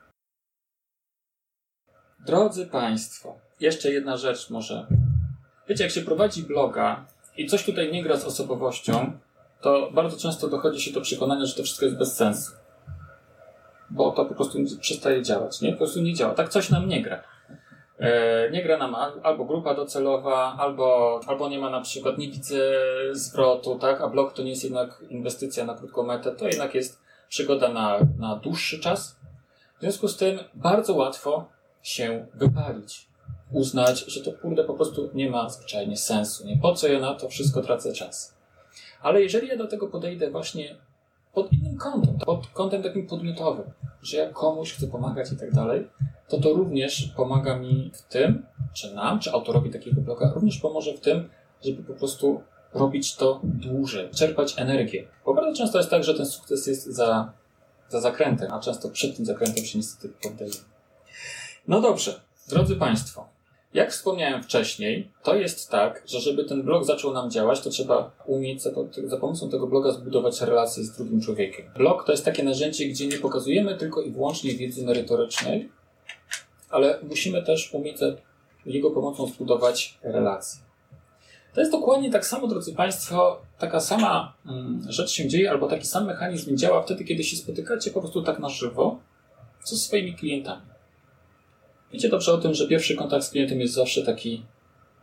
[SPEAKER 3] Drodzy Państwo, jeszcze jedna rzecz może. Wiecie, jak się prowadzi bloga i coś tutaj nie gra z osobowością, to bardzo często dochodzi się do przekonania, że to wszystko jest bez sensu. Bo to po prostu przestaje działać, nie? Po prostu nie działa. Tak coś nam nie gra. E, nie gra nam albo grupa docelowa, albo, albo nie ma na przykład, nie widzę zwrotu, tak? A blog to nie jest jednak inwestycja na krótką metę, to jednak jest przygoda na, na dłuższy czas. W związku z tym bardzo łatwo się wypalić. Uznać, że to kurde po prostu nie ma zwyczajnie sensu, nie? Po co ja na to wszystko tracę czas? Ale jeżeli ja do tego podejdę właśnie pod innym kątem, pod kątem takim podmiotowym, że ja komuś chcę pomagać i tak dalej, to to również pomaga mi w tym, czy nam, czy autorowi takiego bloga, również pomoże w tym, żeby po prostu robić to dłużej, czerpać energię. Bo bardzo często jest tak, że ten sukces jest za, za zakrętem, a często przed tym zakrętem się niestety poddaje. No dobrze, drodzy Państwo, jak wspomniałem wcześniej, to jest tak, że żeby ten blog zaczął nam działać, to trzeba umieć za, za pomocą tego bloga zbudować relacje z drugim człowiekiem. Blog to jest takie narzędzie, gdzie nie pokazujemy tylko i wyłącznie wiedzy merytorycznej, ale musimy też umieć za jego pomocą zbudować relacje. To jest dokładnie tak samo, drodzy Państwo, taka sama mm, rzecz się dzieje, albo taki sam mechanizm działa wtedy, kiedy się spotykacie po prostu tak na żywo, co z swoimi klientami. Wiecie dobrze o tym, że pierwszy kontakt z klientem jest zawsze taki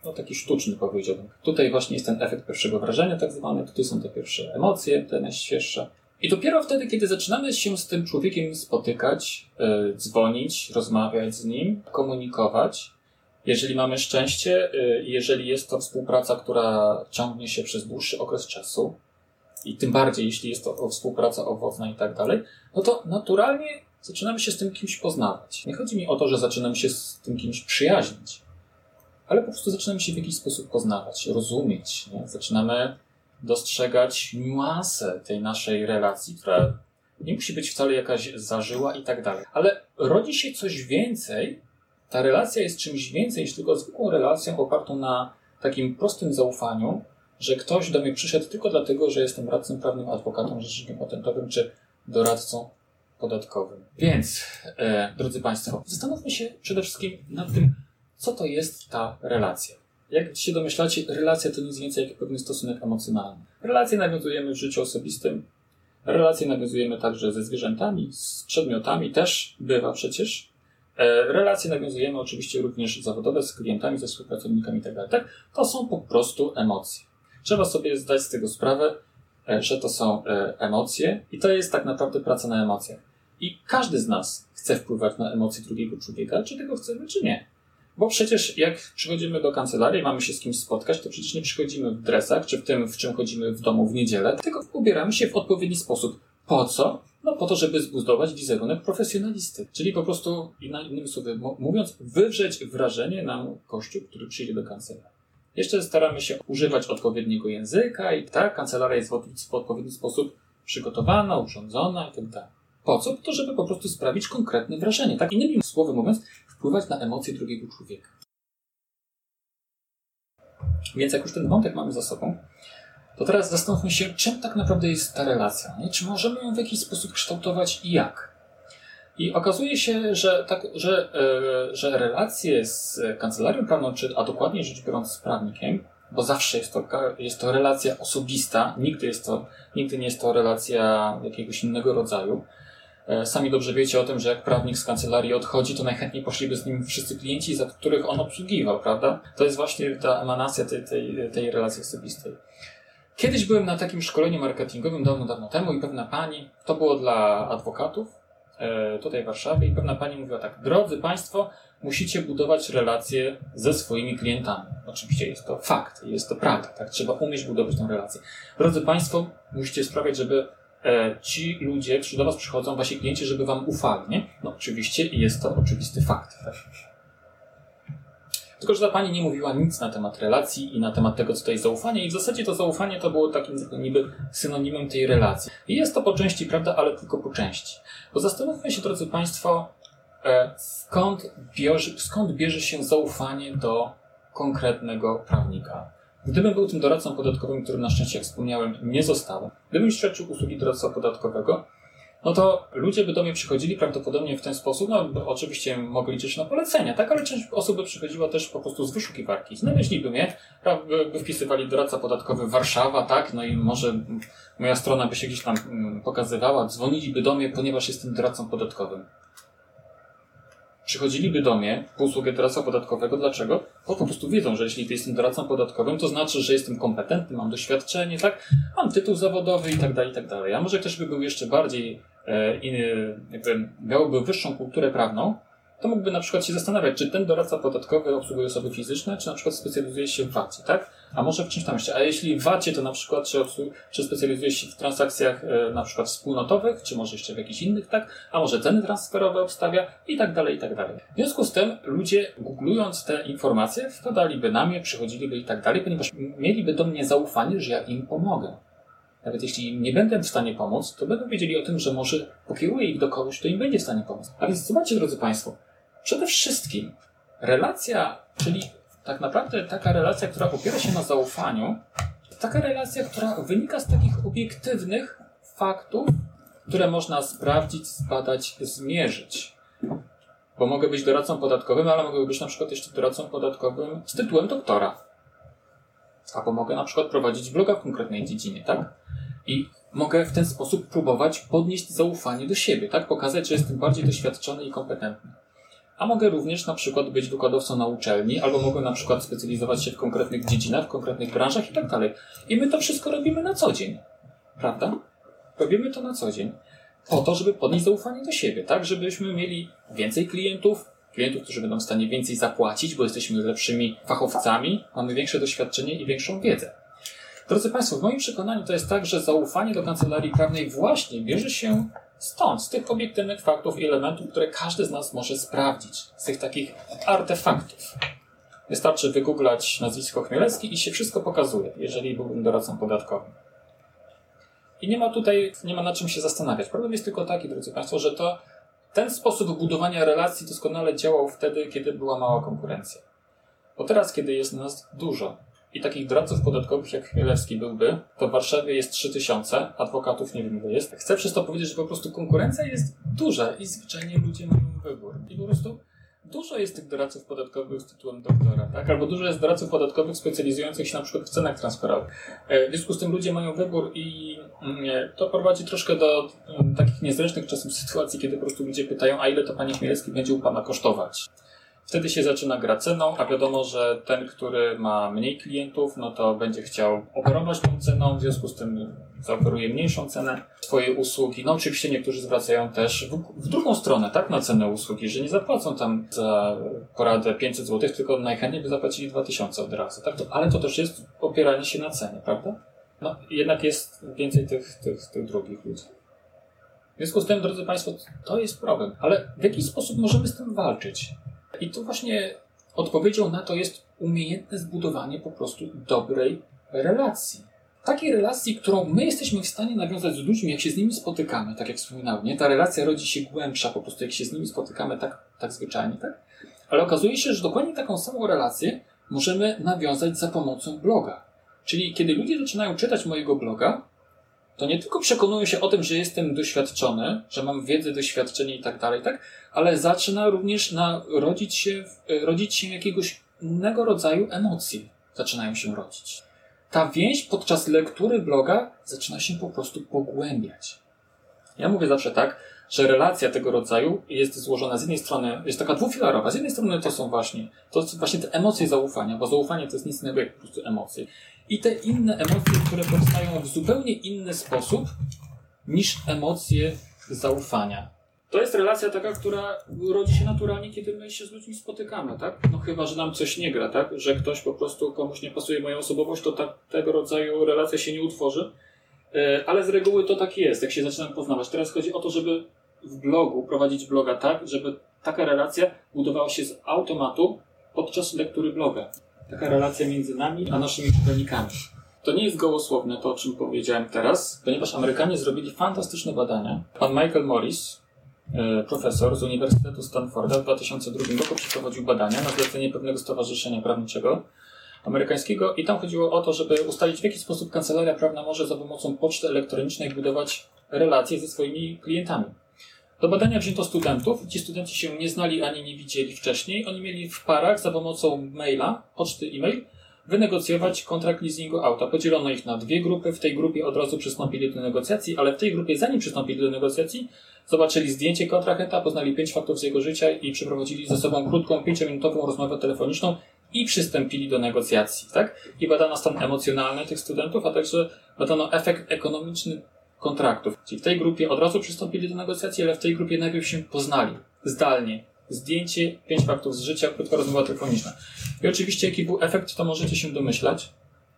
[SPEAKER 3] no taki sztuczny, powiedziałbym. Tutaj właśnie jest ten efekt pierwszego wrażenia tak zwany, tutaj są te pierwsze emocje, te najświeższe. I dopiero wtedy, kiedy zaczynamy się z tym człowiekiem spotykać, yy, dzwonić, rozmawiać z nim, komunikować, jeżeli mamy szczęście, yy, jeżeli jest to współpraca, która ciągnie się przez dłuższy okres czasu, i tym bardziej, jeśli jest to współpraca owocna i tak dalej, no to naturalnie zaczynamy się z tym kimś poznawać. Nie chodzi mi o to, że zaczynamy się z tym kimś przyjaźnić, ale po prostu zaczynamy się w jakiś sposób poznawać, rozumieć. Nie? Zaczynamy dostrzegać niuanse tej naszej relacji, która nie musi być wcale jakaś zażyła i tak dalej. Ale rodzi się coś więcej. Ta relacja jest czymś więcej niż tylko zwykłą relacją opartą na takim prostym zaufaniu, że ktoś do mnie przyszedł tylko dlatego, że jestem radcą prawnym, adwokatem, rzecznikiem patentowym czy doradcą podatkowym. Więc, e, drodzy Państwo, zastanówmy się przede wszystkim nad tym, co to jest ta relacja. Jak się domyślacie, relacja to nic więcej jak pewien stosunek emocjonalny. Relacje nawiązujemy w życiu osobistym, relacje nawiązujemy także ze zwierzętami, z przedmiotami, też bywa przecież. E, relacje nawiązujemy oczywiście również zawodowe, z klientami, ze współpracownikami itd. Tak? To są po prostu emocje. Trzeba sobie zdać z tego sprawę, że to są emocje i to jest tak naprawdę praca na emocjach. I każdy z nas chce wpływać na emocje drugiego człowieka, czy tego chcemy, czy nie. Bo przecież jak przychodzimy do kancelarii i mamy się z kimś spotkać, to przecież nie przychodzimy w dresach, czy w tym, w czym chodzimy w domu w niedzielę, tylko ubieramy się w odpowiedni sposób. Po co? No po to, żeby zbudować wizerunek profesjonalisty. Czyli po prostu, innymi słowy mówiąc, wywrzeć wrażenie na gościu, który przyjdzie do kancelarii. Jeszcze staramy się używać odpowiedniego języka i tak, kancelaria jest w, w odpowiedni sposób przygotowana, urządzona i tak dalej. Po co? Po to, żeby po prostu sprawić konkretne wrażenie. Tak, innymi słowy mówiąc, wpływać na emocje drugiego człowieka. Więc jak już ten wątek mamy za sobą, to teraz zastanówmy się, czym tak naprawdę jest ta relacja. Nie? Czy możemy ją w jakiś sposób kształtować i jak? I okazuje się, że, tak, że, yy, że relacje z kancelarią prawną, czy, a dokładniej rzecz biorąc z prawnikiem, bo zawsze jest to, jest to relacja osobista, nigdy, jest to, nigdy nie jest to relacja jakiegoś innego rodzaju. Yy, sami dobrze wiecie o tym, że jak prawnik z kancelarii odchodzi, to najchętniej poszliby z nim wszyscy klienci, za których on obsługiwał, prawda? To jest właśnie ta emanacja tej, tej, tej relacji osobistej. Kiedyś byłem na takim szkoleniu marketingowym dawno, dawno temu i pewna pani, to było dla adwokatów, tutaj w Warszawie, i pewna pani mówiła tak: drodzy Państwo, musicie budować relacje ze swoimi klientami. Oczywiście jest to fakt, jest to prawda, tak? Trzeba umieć budować tę relację. Drodzy Państwo, musicie sprawiać, żeby e, ci ludzie, którzy do Was przychodzą, Wasi klienci, żeby Wam ufali, nie? No oczywiście jest to oczywisty fakt. Tak? Tylko że ta pani nie mówiła nic na temat relacji i na temat tego, co to jest zaufanie, i w zasadzie to zaufanie to było takim niby synonimem tej relacji. I jest to po części prawda, ale tylko po części. Bo zastanówmy się, drodzy Państwo, skąd bierze, skąd bierze się zaufanie do konkretnego prawnika. Gdybym był tym doradcą podatkowym, którym na szczęście, jak wspomniałem, nie zostałem, gdybym świadczył usługi doradcy podatkowego, no to ludzie by do mnie przychodzili prawdopodobnie w ten sposób, no oczywiście mogli liczyć na polecenia, tak, ale część osób by przychodziła też po prostu z wyszukiwarki. Znaleźliby mnie, by, by wpisywali doradca podatkowy Warszawa, tak, no i może moja strona by się gdzieś tam pokazywała, dzwoniliby do mnie, ponieważ jestem doradcą podatkowym. Przychodziliby do mnie po usługę doradcy podatkowego. Dlaczego? Bo po prostu wiedzą, że jeśli jestem doradcą podatkowym, to znaczy, że jestem kompetentny, mam doświadczenie, tak? Mam tytuł zawodowy i tak dalej, i tak dalej. A może ktoś by był jeszcze bardziej, e, inny, jakby miałby wyższą kulturę prawną, to mógłby na przykład się zastanawiać, czy ten doradca podatkowy obsługuje osoby fizyczne, czy na przykład specjalizuje się w V A T-ie, tak? A może w czymś tam jeszcze. A jeśli w V A T-ie, to na przykład czy, obsług- czy specjalizuje się w transakcjach e, na przykład wspólnotowych, czy może jeszcze w jakichś innych, tak? A może ceny transferowe obstawia i tak dalej, i tak dalej. W związku z tym ludzie, googlując te informacje, wpadaliby na mnie, przychodziliby i tak dalej, ponieważ mieliby do mnie zaufanie, że ja im pomogę. Nawet jeśli im nie będę w stanie pomóc, to będą wiedzieli o tym, że może pokieruję ich do kogoś, kto im będzie w stanie pomóc. A więc zobaczcie, drodzy Państwo, przede wszystkim relacja, czyli tak naprawdę taka relacja, która opiera się na zaufaniu, taka relacja, która wynika z takich obiektywnych faktów, które można sprawdzić, zbadać, zmierzyć. Bo mogę być doradcą podatkowym, ale mogę być na przykład jeszcze doradcą podatkowym z tytułem doktora. Albo mogę na przykład prowadzić bloga w konkretnej dziedzinie, tak? I mogę w ten sposób próbować podnieść zaufanie do siebie, tak? Pokazać, że jestem bardziej doświadczony i kompetentny. A mogę również na przykład być wykładowcą na uczelni, albo mogę na przykład specjalizować się w konkretnych dziedzinach, w konkretnych branżach i tak dalej. I my to wszystko robimy na co dzień. Prawda? Robimy to na co dzień. Po to, żeby podnieść zaufanie do siebie, tak? Żebyśmy mieli więcej klientów, klientów, którzy będą w stanie więcej zapłacić, bo jesteśmy lepszymi fachowcami, mamy większe doświadczenie i większą wiedzę. Drodzy Państwo, w moim przekonaniu to jest tak, że zaufanie do kancelarii prawnej właśnie bierze się stąd, z tych obiektywnych faktów i elementów, które każdy z nas może sprawdzić. Z tych takich artefaktów. Wystarczy wygooglać nazwisko Chmielewski i się wszystko pokazuje, jeżeli byłbym doradcą podatkowym. I nie ma tutaj, nie ma nad czym się zastanawiać. Problem jest tylko taki, drodzy Państwo, że to ten sposób budowania relacji doskonale działał wtedy, kiedy była mała konkurencja. Bo teraz, kiedy jest nas dużo i takich doradców podatkowych jak Chmielewski byłby, to w Warszawie jest trzy tysiące, adwokatów nie wiem ile jest. Chcę przez to powiedzieć, że po prostu konkurencja jest duża i zwyczajnie ludzie mają wybór. I po prostu dużo jest tych doradców podatkowych z tytułem doktora, tak? Albo dużo jest doradców podatkowych specjalizujących się na przykład w cenach transferowych. W związku z tym ludzie mają wybór i to prowadzi troszkę do takich niezręcznych czasem sytuacji, kiedy po prostu ludzie pytają, a ile to panie Chmielewski będzie u pana kosztować? Wtedy się zaczyna gra ceną, a wiadomo, że ten, który ma mniej klientów, no to będzie chciał operować tą ceną, w związku z tym zaoferuje mniejszą cenę swojej usługi. No oczywiście niektórzy zwracają też w, w drugą stronę, tak, na cenę usługi, że nie zapłacą tam za poradę pięćset złotych, tylko najchętniej by zapłacili dwa tysiące od razu, tak? To, ale to też jest opieranie się na cenie, prawda? No jednak jest więcej tych, tych, tych drugich ludzi. W związku z tym, drodzy Państwo, to jest problem. Ale w jaki sposób możemy z tym walczyć? I tu właśnie odpowiedzią na to jest umiejętne zbudowanie po prostu dobrej relacji. Takiej relacji, którą my jesteśmy w stanie nawiązać z ludźmi, jak się z nimi spotykamy, tak jak wspominałem, nie? Ta relacja rodzi się głębsza po prostu, jak się z nimi spotykamy tak, tak zwyczajnie, tak? Ale okazuje się, że dokładnie taką samą relację możemy nawiązać za pomocą bloga. Czyli kiedy ludzie zaczynają czytać mojego bloga, to nie tylko przekonują się o tym, że jestem doświadczony, że mam wiedzę, doświadczenie i tak dalej, tak? Ale zaczyna również na, rodzić się, rodzić się jakiegoś innego rodzaju emocje. Zaczynają się rodzić. Ta więź podczas lektury bloga zaczyna się po prostu pogłębiać. Ja mówię zawsze tak, że relacja tego rodzaju jest złożona z jednej strony, jest taka dwufilarowa. Z jednej strony to są właśnie, to są właśnie te emocje zaufania, bo zaufanie to jest nic innego jak po prostu emocje. I te inne emocje, które powstają w zupełnie inny sposób niż emocje zaufania. To jest relacja taka, która rodzi się naturalnie, kiedy my się z ludźmi spotykamy, tak? No chyba, że nam coś nie gra, tak? Że ktoś po prostu, komuś nie pasuje moja osobowość, to ta, tego rodzaju relacja się nie utworzy. Ale z reguły to tak jest, jak się zaczynamy poznawać. Teraz chodzi o to, żeby w blogu prowadzić bloga tak, żeby taka relacja budowała się z automatu podczas lektury bloga. Taka relacja między nami a naszymi czytelnikami. To nie jest gołosłowne to, o czym powiedziałem teraz, ponieważ Amerykanie zrobili fantastyczne badania. Pan Michael Morris, profesor z Uniwersytetu Stanforda w dwa tysiące drugim roku przeprowadził badania na zlecenie pewnego stowarzyszenia prawniczego amerykańskiego i tam chodziło o to, żeby ustalić, w jaki sposób kancelaria prawna może za pomocą poczty elektronicznej budować relacje ze swoimi klientami. Do badania wzięto studentów. Ci studenci się nie znali ani nie widzieli wcześniej. Oni mieli w parach za pomocą maila, poczty e-mail, wynegocjować kontrakt leasingu auta. Podzielono ich na dwie grupy. W tej grupie od razu przystąpili do negocjacji, ale w tej grupie, zanim przystąpili do negocjacji, zobaczyli zdjęcie kontrahenta, poznali pięć faktów z jego życia i przeprowadzili ze sobą krótką, pięciominutową rozmowę telefoniczną i przystąpili do negocjacji, tak? I badano stan emocjonalny tych studentów, a także badano efekt ekonomiczny kontraktów. Czyli w tej grupie od razu przystąpili do negocjacji, ale w tej grupie najpierw się poznali. Zdalnie. Zdjęcie, pięć faktów z życia, krótka rozmowa telefoniczna. I oczywiście jaki był efekt, to możecie się domyślać.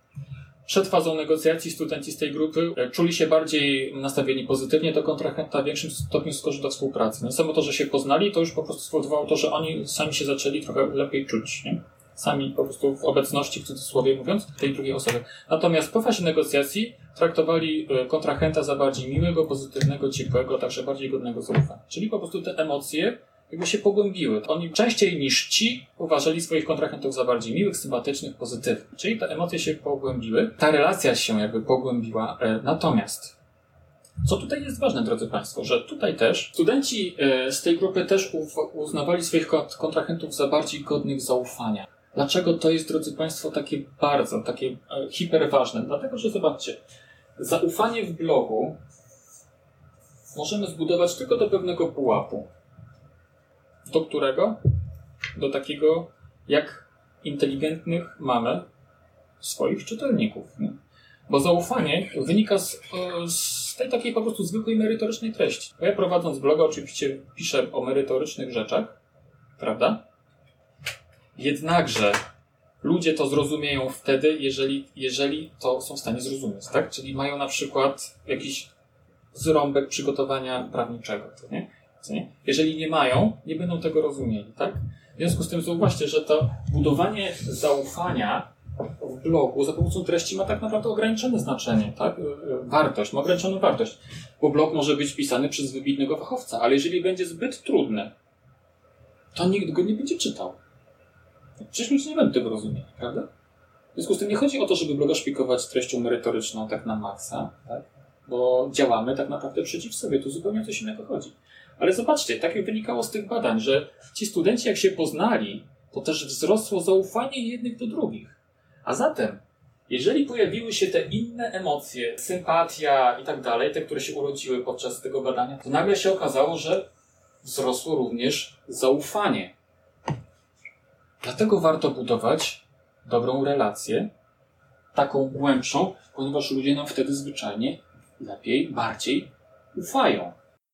[SPEAKER 3] Przed fazą negocjacji studenci z tej grupy czuli się bardziej nastawieni pozytywnie do kontrahenta, w większym stopniu skłonni do współpracy. No samo to, że się poznali, to już po prostu spowodowało to, że oni sami się zaczęli trochę lepiej czuć, nie? Sami po prostu w obecności, w cudzysłowie mówiąc, tej drugiej osoby. Natomiast po fazie negocjacji traktowali kontrahenta za bardziej miłego, pozytywnego, ciepłego, także bardziej godnego zaufania. Czyli po prostu te emocje jakby się pogłębiły. Oni częściej niż ci uważali swoich kontrahentów za bardziej miłych, sympatycznych, pozytywnych. Czyli te emocje się pogłębiły. Ta relacja się jakby pogłębiła. Natomiast co tutaj jest ważne, drodzy Państwo, że tutaj też studenci z tej grupy też uznawali swoich kontrahentów za bardziej godnych zaufania. Dlaczego to jest, drodzy Państwo, takie bardzo, takie hiperważne? Dlatego, że zobaczcie, zaufanie w blogu możemy zbudować tylko do pewnego pułapu. Do którego?
[SPEAKER 1] do takiego, jak inteligentnych mamy swoich czytelników. Nie? Bo zaufanie wynika z, z tej takiej po prostu zwykłej merytorycznej treści. Bo ja prowadząc bloga oczywiście piszę o merytorycznych rzeczach, prawda? Jednakże ludzie to zrozumieją wtedy, jeżeli, jeżeli to są w stanie zrozumieć, tak? Czyli mają na przykład jakiś zrąbek przygotowania prawniczego, to nie? Co nie? Jeżeli nie mają, nie będą tego rozumieli, tak? W związku z tym zauważcie, że to budowanie zaufania w blogu za pomocą treści ma tak naprawdę ograniczone znaczenie, tak? Wartość, ma ograniczoną wartość, bo blog może być pisany przez wybitnego fachowca, ale jeżeli będzie zbyt trudny, to nikt go nie będzie czytał. Przecież ludzie nie będą tego rozumieli, prawda? W związku z tym nie chodzi o to, żeby bloga szpikować treścią merytoryczną tak na maksa, tak? Bo działamy tak naprawdę przeciw sobie, tu zupełnie o coś innego chodzi. Ale zobaczcie, tak jak wynikało z tych badań, że ci studenci jak się poznali, to też wzrosło zaufanie jednych do drugich. A zatem, jeżeli pojawiły się te inne emocje, sympatia i tak dalej, te, które się urodziły podczas tego badania, to nagle się okazało, że wzrosło również zaufanie. Dlatego warto budować dobrą relację, taką głębszą, ponieważ ludzie nam wtedy zwyczajnie lepiej, bardziej ufają.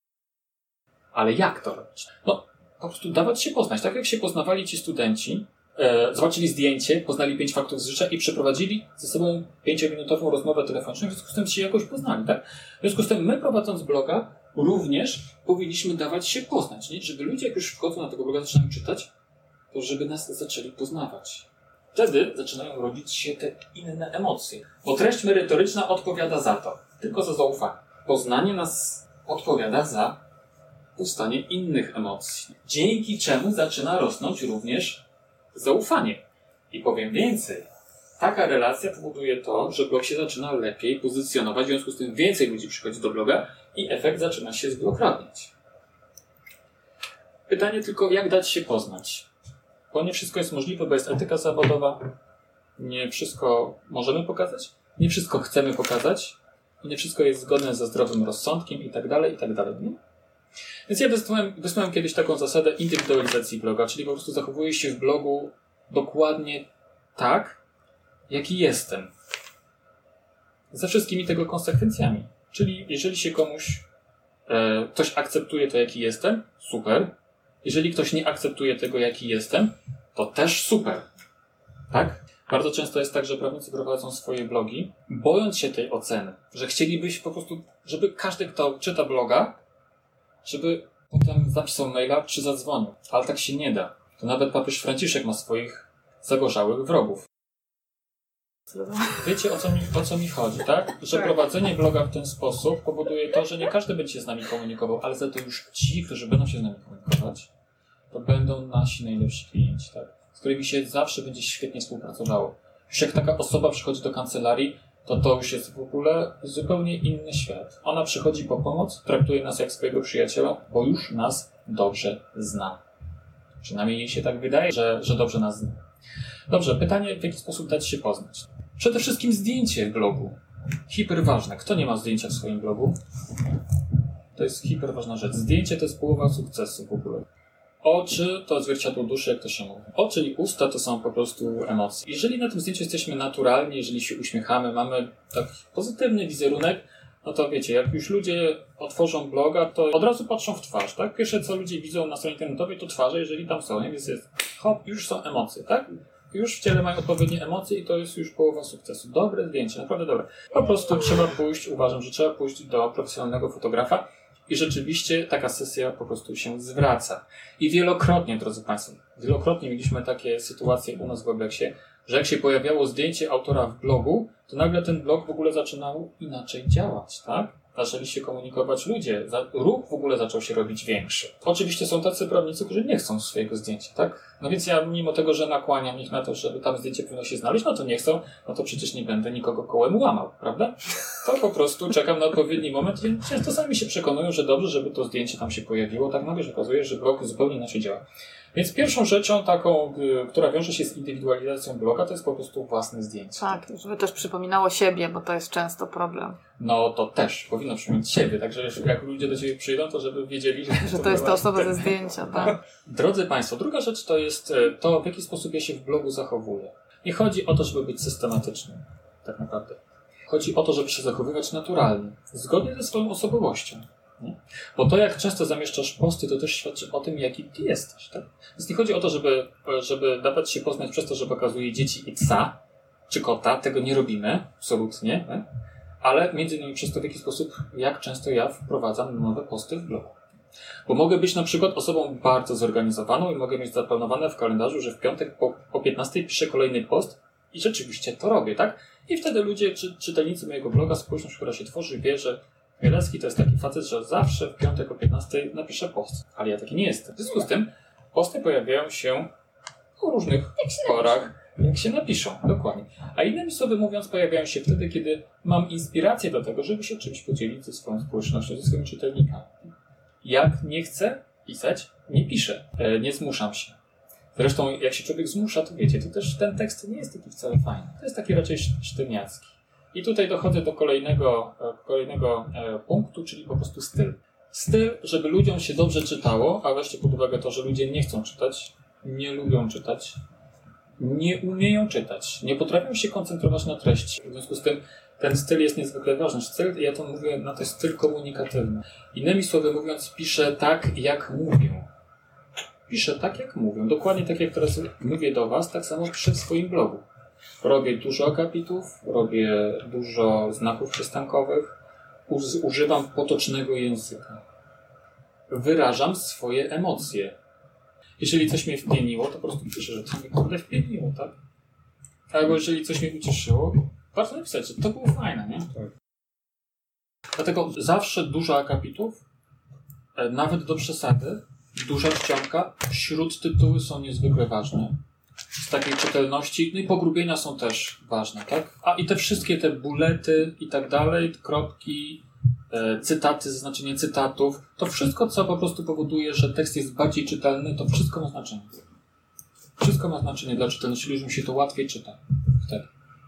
[SPEAKER 1] Ale jak to robić? No, po prostu dawać się poznać. Tak jak się poznawali ci studenci, e, zobaczyli zdjęcie, poznali pięć faktów z życia i przeprowadzili ze sobą pięciominutową rozmowę telefoniczną, w związku z tym się jakoś poznali, tak? W związku z tym my, prowadząc bloga, również powinniśmy dawać się poznać, nie? Żeby ludzie, jak już wchodzą na tego bloga, zaczynają czytać, to żeby nas zaczęli poznawać. Wtedy zaczynają rodzić się te inne emocje. Bo treść merytoryczna odpowiada za to, tylko za zaufanie. Poznanie nas odpowiada za powstanie innych emocji. Dzięki czemu zaczyna rosnąć również zaufanie. I powiem więcej. Taka relacja powoduje to, że blog się zaczyna lepiej pozycjonować, w związku z tym więcej ludzi przychodzi do bloga i efekt zaczyna się zwielokrotniać. Pytanie tylko, jak dać się poznać? Bo nie wszystko jest możliwe, bo jest etyka zawodowa. Nie wszystko możemy pokazać, nie wszystko chcemy pokazać i nie wszystko jest zgodne ze zdrowym rozsądkiem i tak dalej, i tak dalej. Nie? Więc ja wysłałem, wysłałem kiedyś taką zasadę indywidualizacji bloga, czyli po prostu zachowuję się w blogu dokładnie tak, jaki jestem. Ze wszystkimi tego konsekwencjami. Czyli jeżeli się komuś e, ktoś akceptuje to, jaki jestem, super. Jeżeli ktoś nie akceptuje tego, jaki jestem, to też super. Tak? Bardzo często jest tak, że prawnicy prowadzą swoje blogi, bojąc się tej oceny, że chcielibyś po prostu, żeby każdy, kto czyta bloga, żeby potem zapisał maila czy zadzwonił. Ale tak się nie da. To nawet papież Franciszek ma swoich zagorzałych wrogów. Wiecie, o co mi, o co mi chodzi, tak? Że prowadzenie bloga w ten sposób powoduje to, że nie każdy będzie się z nami komunikował, ale za to już ci, którzy będą się z nami komunikować, to będą nasi najlepsi klienci, tak? Z którymi się zawsze będzie świetnie współpracowało. Już jak taka osoba przychodzi do kancelarii, to to już jest w ogóle zupełnie inny świat. Ona przychodzi po pomoc, traktuje nas jak swojego przyjaciela, bo już nas dobrze zna. Przynajmniej jej się tak wydaje, że, że dobrze nas zna. Dobrze, pytanie, w jaki sposób dać się poznać? Przede wszystkim zdjęcie w blogu. Hiperważne. Kto nie ma zdjęcia w swoim blogu? To jest hiperważna rzecz. Zdjęcie to jest połowa sukcesu w ogóle. Oczy to zwierciadło duszy, jak to się mówi. Oczy i usta to są po prostu emocje. Jeżeli na tym zdjęciu jesteśmy naturalni, jeżeli się uśmiechamy, mamy taki pozytywny wizerunek, no to wiecie, jak już ludzie otworzą bloga, to od razu patrzą w twarz, tak? Pierwsze, co ludzie widzą na stronie internetowej, to twarze, jeżeli tam są, nie? Więc jest hop, już są emocje, tak? Już w ciele mają odpowiednie emocje i to jest już połowa sukcesu. Dobre zdjęcie, naprawdę dobre. Po prostu trzeba pójść, uważam, że trzeba pójść do profesjonalnego fotografa i rzeczywiście taka sesja po prostu się zwraca. I wielokrotnie, drodzy Państwo, wielokrotnie mieliśmy takie sytuacje u nas w Weblexie, że jak się pojawiało zdjęcie autora w blogu, to nagle ten blog w ogóle zaczynał inaczej działać, tak? Zaczęli się komunikować ludzie, ruch w ogóle zaczął się robić większy. Oczywiście są tacy prawnicy, którzy nie chcą swojego zdjęcia, tak? No więc ja mimo tego, że nakłaniam ich na to, żeby tam zdjęcie powinno się znaleźć, no to nie chcą, no to przecież nie będę nikogo kołem łamał, prawda?
[SPEAKER 4] to po prostu czekam na odpowiedni moment i często sami się przekonują, że dobrze, żeby to zdjęcie tam się pojawiło. Tak nagle się okazuje, że blog zupełnie inaczej działa. Więc pierwszą rzeczą taką, która wiąże się z indywidualizacją bloga, to jest po prostu własne zdjęcie.
[SPEAKER 5] Tak, żeby też przypominało siebie, bo to jest często problem.
[SPEAKER 4] No to też powinno przypominać siebie, także jak ludzie do Ciebie przyjdą, to żeby wiedzieli, że,
[SPEAKER 5] że to, to jest ta osoba ze zdjęcia. Tak.
[SPEAKER 4] Drodzy Państwo, druga rzecz to jest to, w jaki sposób ja się w blogu zachowuję. Nie chodzi o to, żeby być systematycznym, tak naprawdę. Chodzi o to, żeby się zachowywać naturalnie, zgodnie ze swoją osobowością. Nie? Bo to, jak często zamieszczasz posty, to też świadczy o tym, jaki ty jesteś. Tak? Więc nie chodzi o to, żeby, żeby dawać się poznać przez to, że pokazuje dzieci i psa, czy kota. Tego nie robimy, absolutnie. Nie? Ale między innymi przez to, w jaki sposób, jak często ja wprowadzam nowe posty w blogu. Bo mogę być na przykład osobą bardzo zorganizowaną i mogę mieć zaplanowane w kalendarzu, że w piątek po, po piętnastej piszę kolejny post i rzeczywiście to robię, tak? I wtedy ludzie, czy, czytelnicy mojego bloga, społeczność, która się tworzy, wie, że Chmielewski to jest taki facet, że zawsze w piątek o piętnastej napiszę post. Ale ja taki nie jestem. W związku z tym posty pojawiają się o różnych porach, jak się napiszą. Dokładnie. A innymi słowy mówiąc, pojawiają się wtedy, kiedy mam inspirację do tego, żeby się czymś podzielić ze swoją społecznością, ze swoimi czytelnikami. Jak nie chcę pisać, nie piszę. Nie zmuszam się. Zresztą jak się człowiek zmusza, to wiecie, to też ten tekst nie jest taki wcale fajny. To jest taki raczej sztywniacki. I tutaj dochodzę do kolejnego, kolejnego punktu, czyli po prostu styl. Styl, żeby ludziom się dobrze czytało, a weźcie pod uwagę to, że ludzie nie chcą czytać, nie lubią czytać, nie umieją czytać, nie potrafią się koncentrować na treści. W związku z tym ten styl jest niezwykle ważny. Styl, ja to mówię, no to jest styl komunikatywny. Innymi słowy mówiąc, piszę tak, jak mówię. Piszę tak, jak mówię. Dokładnie tak, jak teraz mówię do was, tak samo piszę w swoim blogu. Robię dużo akapitów, robię dużo znaków przystankowych, używam potocznego języka. Wyrażam swoje emocje. Jeżeli coś mnie wpieniło, to po prostu piszę, że to mnie kurde wpieniło, tak? Albo jeżeli coś mnie ucieszyło, warto napisać, że to było fajne, nie? Tak. Dlatego zawsze dużo akapitów, nawet do przesady, duża czcionka, śródtytuły są niezwykle ważne. Z takiej czytelności, no i pogrubienia są też ważne, tak? A i te wszystkie te bulety i tak dalej, kropki, e, cytaty, zaznaczenie cytatów, to wszystko, co po prostu powoduje, że tekst jest bardziej czytelny, to wszystko ma znaczenie. Wszystko ma znaczenie dla czytelności, ludziom się to łatwiej czyta wtedy.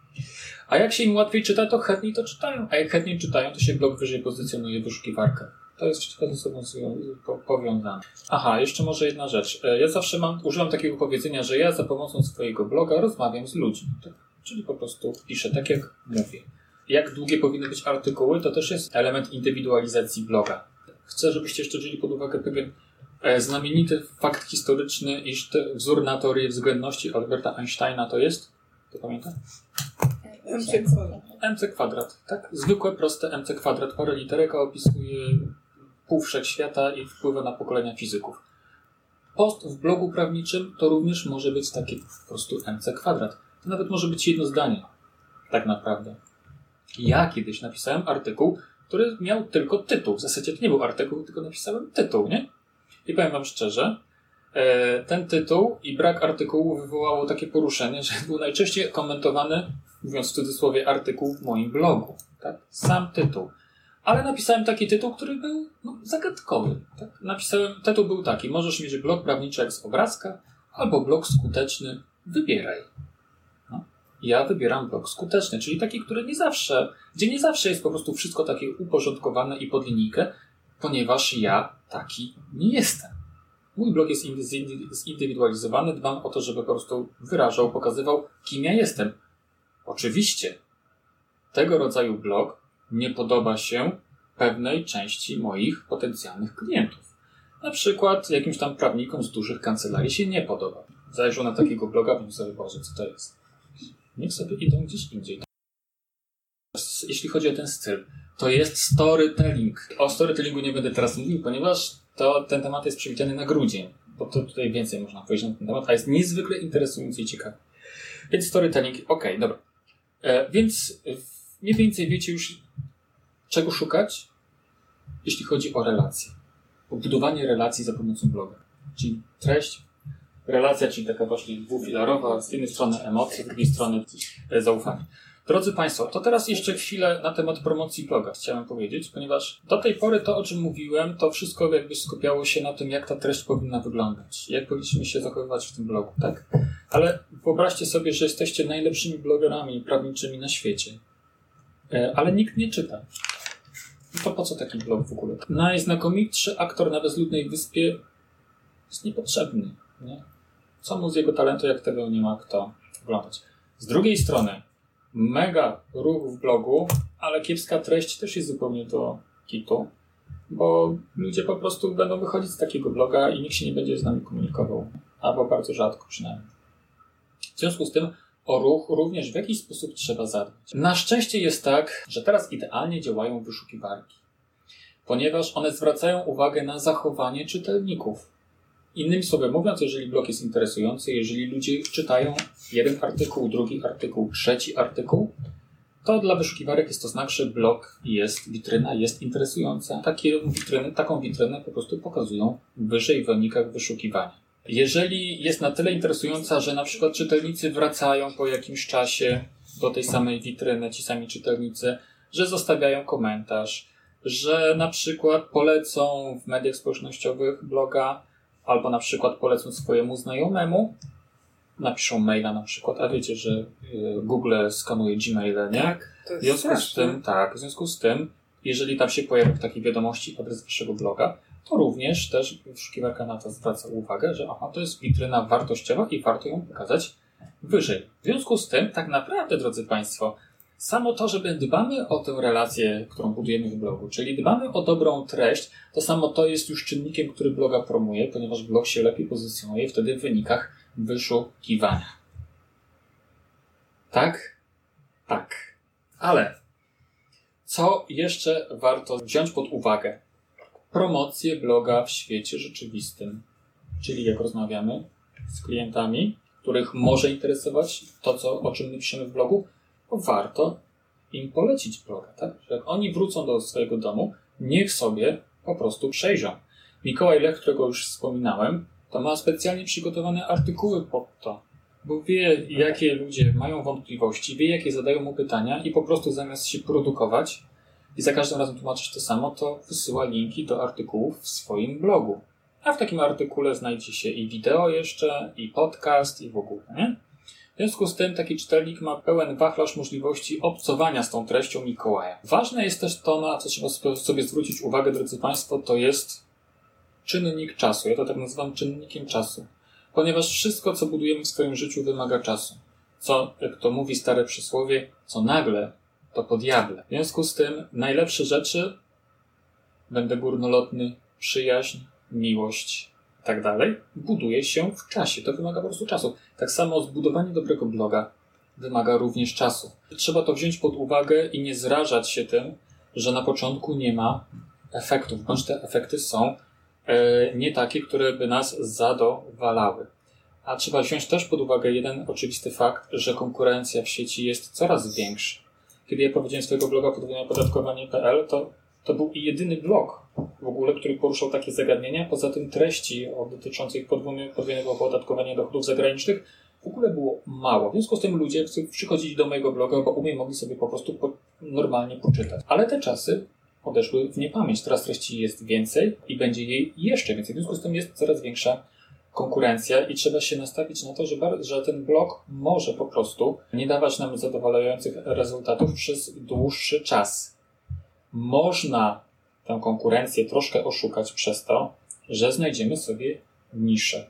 [SPEAKER 4] A jak się im łatwiej czyta, to chętniej to czytają. A jak chętniej czytają, to się blog wyżej pozycjonuje w wyszukiwarkę. To jest wszystko ze sobą powiązane. Aha, jeszcze może jedna rzecz. Ja zawsze mam, używam takiego powiedzenia, że ja za pomocą swojego bloga rozmawiam z ludźmi. Tak? Czyli po prostu piszę tak, jak mówię. Jak długie powinny być artykuły, to też jest element indywidualizacji bloga. Chcę, żebyście jeszcze wzięli pod uwagę pewien e, znamienity fakt historyczny, iż te, wzór na teorię względności Alberta Einsteina to jest? To pamiętam?
[SPEAKER 2] M C kwadrat.
[SPEAKER 4] M C kwadrat, tak? Zwykłe, proste M C kwadrat. Parę literek opisuje pół wszechświata i wpływa na pokolenia fizyków. Post w blogu prawniczym to również może być taki po prostu M C kwadrat. To nawet może być jedno zdanie. Tak naprawdę. Ja kiedyś napisałem artykuł, który miał tylko tytuł. W zasadzie to nie był artykuł, tylko napisałem tytuł, nie? I powiem wam szczerze, ten tytuł i brak artykułu wywołało takie poruszenie, że był najczęściej komentowany, mówiąc w cudzysłowie, artykuł w moim blogu. Tak? Sam tytuł. Ale napisałem taki tytuł, który był no, zagadkowy. Tak? Napisałem, tytuł był taki: możesz mieć blog prawniczy jak z obrazka, albo blog skuteczny, wybieraj. No. Ja wybieram blog skuteczny, czyli taki, który nie zawsze, gdzie nie zawsze jest po prostu wszystko takie uporządkowane i pod linijkę, ponieważ ja taki nie jestem. Mój blog jest zindywidualizowany, dbam o to, żeby po prostu wyrażał, pokazywał, kim ja jestem. Oczywiście tego rodzaju blog nie podoba się pewnej części moich potencjalnych klientów. Na przykład jakimś tam prawnikom z dużych kancelarii się nie podoba. Zajrzą na takiego bloga, bym sobie, Boże, co to jest? Niech sobie idą gdzieś indziej. Jeśli chodzi o ten styl, to jest storytelling. O storytellingu nie będę teraz mówił, ponieważ to ten temat jest przewidziany na grudzień, bo to tutaj więcej można powiedzieć na ten temat, a jest niezwykle interesujący i ciekawy. Więc storytelling, okej, okay, dobra. E, więc mniej więcej wiecie już, czego szukać, jeśli chodzi o relacje. O budowanie relacji za pomocą bloga. Czyli treść, relacja, czyli taka właśnie dwufilarowa, z jednej strony emocje, z drugiej strony zaufanie. Drodzy Państwo, to teraz jeszcze chwilę na temat promocji bloga chciałem powiedzieć, ponieważ do tej pory to, o czym mówiłem, to wszystko jakby skupiało się na tym, jak ta treść powinna wyglądać, jak powinniśmy się zachowywać w tym blogu, tak? Ale wyobraźcie sobie, że jesteście najlepszymi blogerami prawniczymi na świecie, ale nikt nie czyta. To po co taki blog w ogóle? Najznakomitszy aktor na bezludnej wyspie jest niepotrzebny, nie? Co mu z jego talentu, jak tego nie ma kto oglądać? Z drugiej strony, mega ruch w blogu, ale kiepska treść też jest zupełnie do kitu, bo ludzie po prostu będą wychodzić z takiego bloga i nikt się nie będzie z nami komunikował, albo bardzo rzadko przynajmniej. W związku z tym o ruch również w jakiś sposób trzeba zadbać. Na szczęście jest tak, że teraz idealnie działają wyszukiwarki, ponieważ one zwracają uwagę na zachowanie czytelników. Innymi słowy mówiąc, jeżeli blog jest interesujący, jeżeli ludzie czytają jeden artykuł, drugi artykuł, trzeci artykuł, to dla wyszukiwarek jest to znak, że blog jest, witryna jest interesująca. Takie witryny, taką witrynę po prostu pokazują wyżej w wynikach wyszukiwania. Jeżeli jest na tyle interesująca, że na przykład czytelnicy wracają po jakimś czasie do tej samej witryny, ci sami czytelnicy, że zostawiają komentarz, że na przykład polecą w mediach społecznościowych bloga, albo na przykład polecą swojemu znajomemu, napiszą maila na przykład, a wiecie, że Google skanuje Gmaile, nie?
[SPEAKER 2] Tak, to jest
[SPEAKER 4] w związku
[SPEAKER 2] straszne.
[SPEAKER 4] z tym, tak, w związku z tym, jeżeli tam się pojawi w takiej wiadomości adres waszego bloga, to również też wyszukiwarka na to zwraca uwagę, że aha, to jest witryna wartościowa i warto ją pokazać wyżej. W związku z tym, tak naprawdę, drodzy Państwo, samo to, że dbamy o tę relację, którą budujemy w blogu, czyli dbamy o dobrą treść, to samo to jest już czynnikiem, który bloga promuje, ponieważ blog się lepiej pozycjonuje wtedy w wynikach wyszukiwania. Tak? Tak. Ale co jeszcze warto wziąć pod uwagę? Promocję bloga w świecie rzeczywistym. Czyli jak rozmawiamy z klientami, których może interesować to, co, o czym my piszemy w blogu, to warto im polecić bloga, tak? Że jak oni wrócą do swojego domu, niech sobie po prostu przejrzą. Mikołaj Lech, którego już wspominałem, to ma specjalnie przygotowane artykuły pod to, bo wie, jakie ludzie mają wątpliwości, wie, jakie zadają mu pytania i po prostu zamiast się produkować i za każdym razem tłumaczyć to samo, to wysyła linki do artykułów w swoim blogu. A w takim artykule znajdzie się i wideo jeszcze, i podcast, i w ogóle, nie? W związku z tym taki czytelnik ma pełen wachlarz możliwości obcowania z tą treścią Mikołaja. Ważne jest też to, na co trzeba sobie zwrócić uwagę, drodzy Państwo, to jest czynnik czasu. Ja to tak nazywam czynnikiem czasu. Ponieważ wszystko, co budujemy w swoim życiu, wymaga czasu. Co, jak to mówi stare przysłowie, co nagle, to po diable. W związku z tym najlepsze rzeczy, będę górnolotny, przyjaźń, miłość i tak dalej, buduje się w czasie. To wymaga po prostu czasu. Tak samo zbudowanie dobrego bloga wymaga również czasu. Trzeba to wziąć pod uwagę i nie zrażać się tym, że na początku nie ma efektów, bądź te efekty są e, nie takie, które by nas zadowalały. A trzeba wziąć też pod uwagę jeden oczywisty fakt, że konkurencja w sieci jest coraz większa. Kiedy ja prowadziłem swojego bloga podwójne opodatkowanie kropka p l, to to był jedyny blog w ogóle, który poruszał takie zagadnienia. Poza tym treści o dotyczących podwójnego opodatkowania dochodów zagranicznych w ogóle było mało. W związku z tym ludzie przychodzili do mojego bloga, bo u mnie mogli sobie po prostu po, normalnie poczytać. Ale te czasy odeszły w niepamięć. Teraz treści jest więcej i będzie jej jeszcze więcej. W związku z tym jest coraz większa konkurencja i trzeba się nastawić na to, że, że ten blog może po prostu nie dawać nam zadowalających rezultatów przez dłuższy czas. Można tę konkurencję troszkę oszukać przez to, że znajdziemy sobie niszę.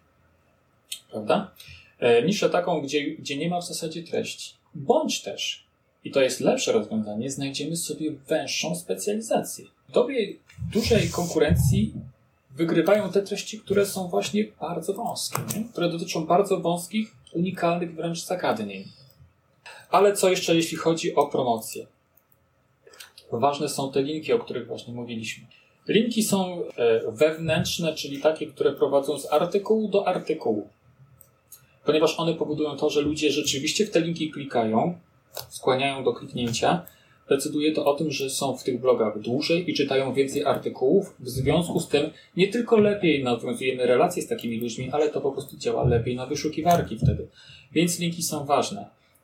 [SPEAKER 4] Prawda? E, niszę taką, gdzie, gdzie nie ma w zasadzie treści. Bądź też, i to jest lepsze rozwiązanie, znajdziemy sobie węższą specjalizację. W dobie dużej konkurencji wygrywają te treści, które są właśnie bardzo wąskie, nie? Które dotyczą bardzo wąskich, unikalnych wręcz zagadnień. Ale co jeszcze, jeśli chodzi o promocję? Ważne są te linki, o których właśnie mówiliśmy. Linki są wewnętrzne, czyli takie, które prowadzą z artykułu do artykułu. Ponieważ one powodują to, że ludzie rzeczywiście w te linki klikają, skłaniają do kliknięcia, decyduje to o tym, że są w tych blogach dłużej i czytają więcej artykułów. W związku z tym nie tylko lepiej nawiązujemy relacje z takimi ludźmi, ale to po prostu działa lepiej na wyszukiwarki wtedy. Więc linki są ważne.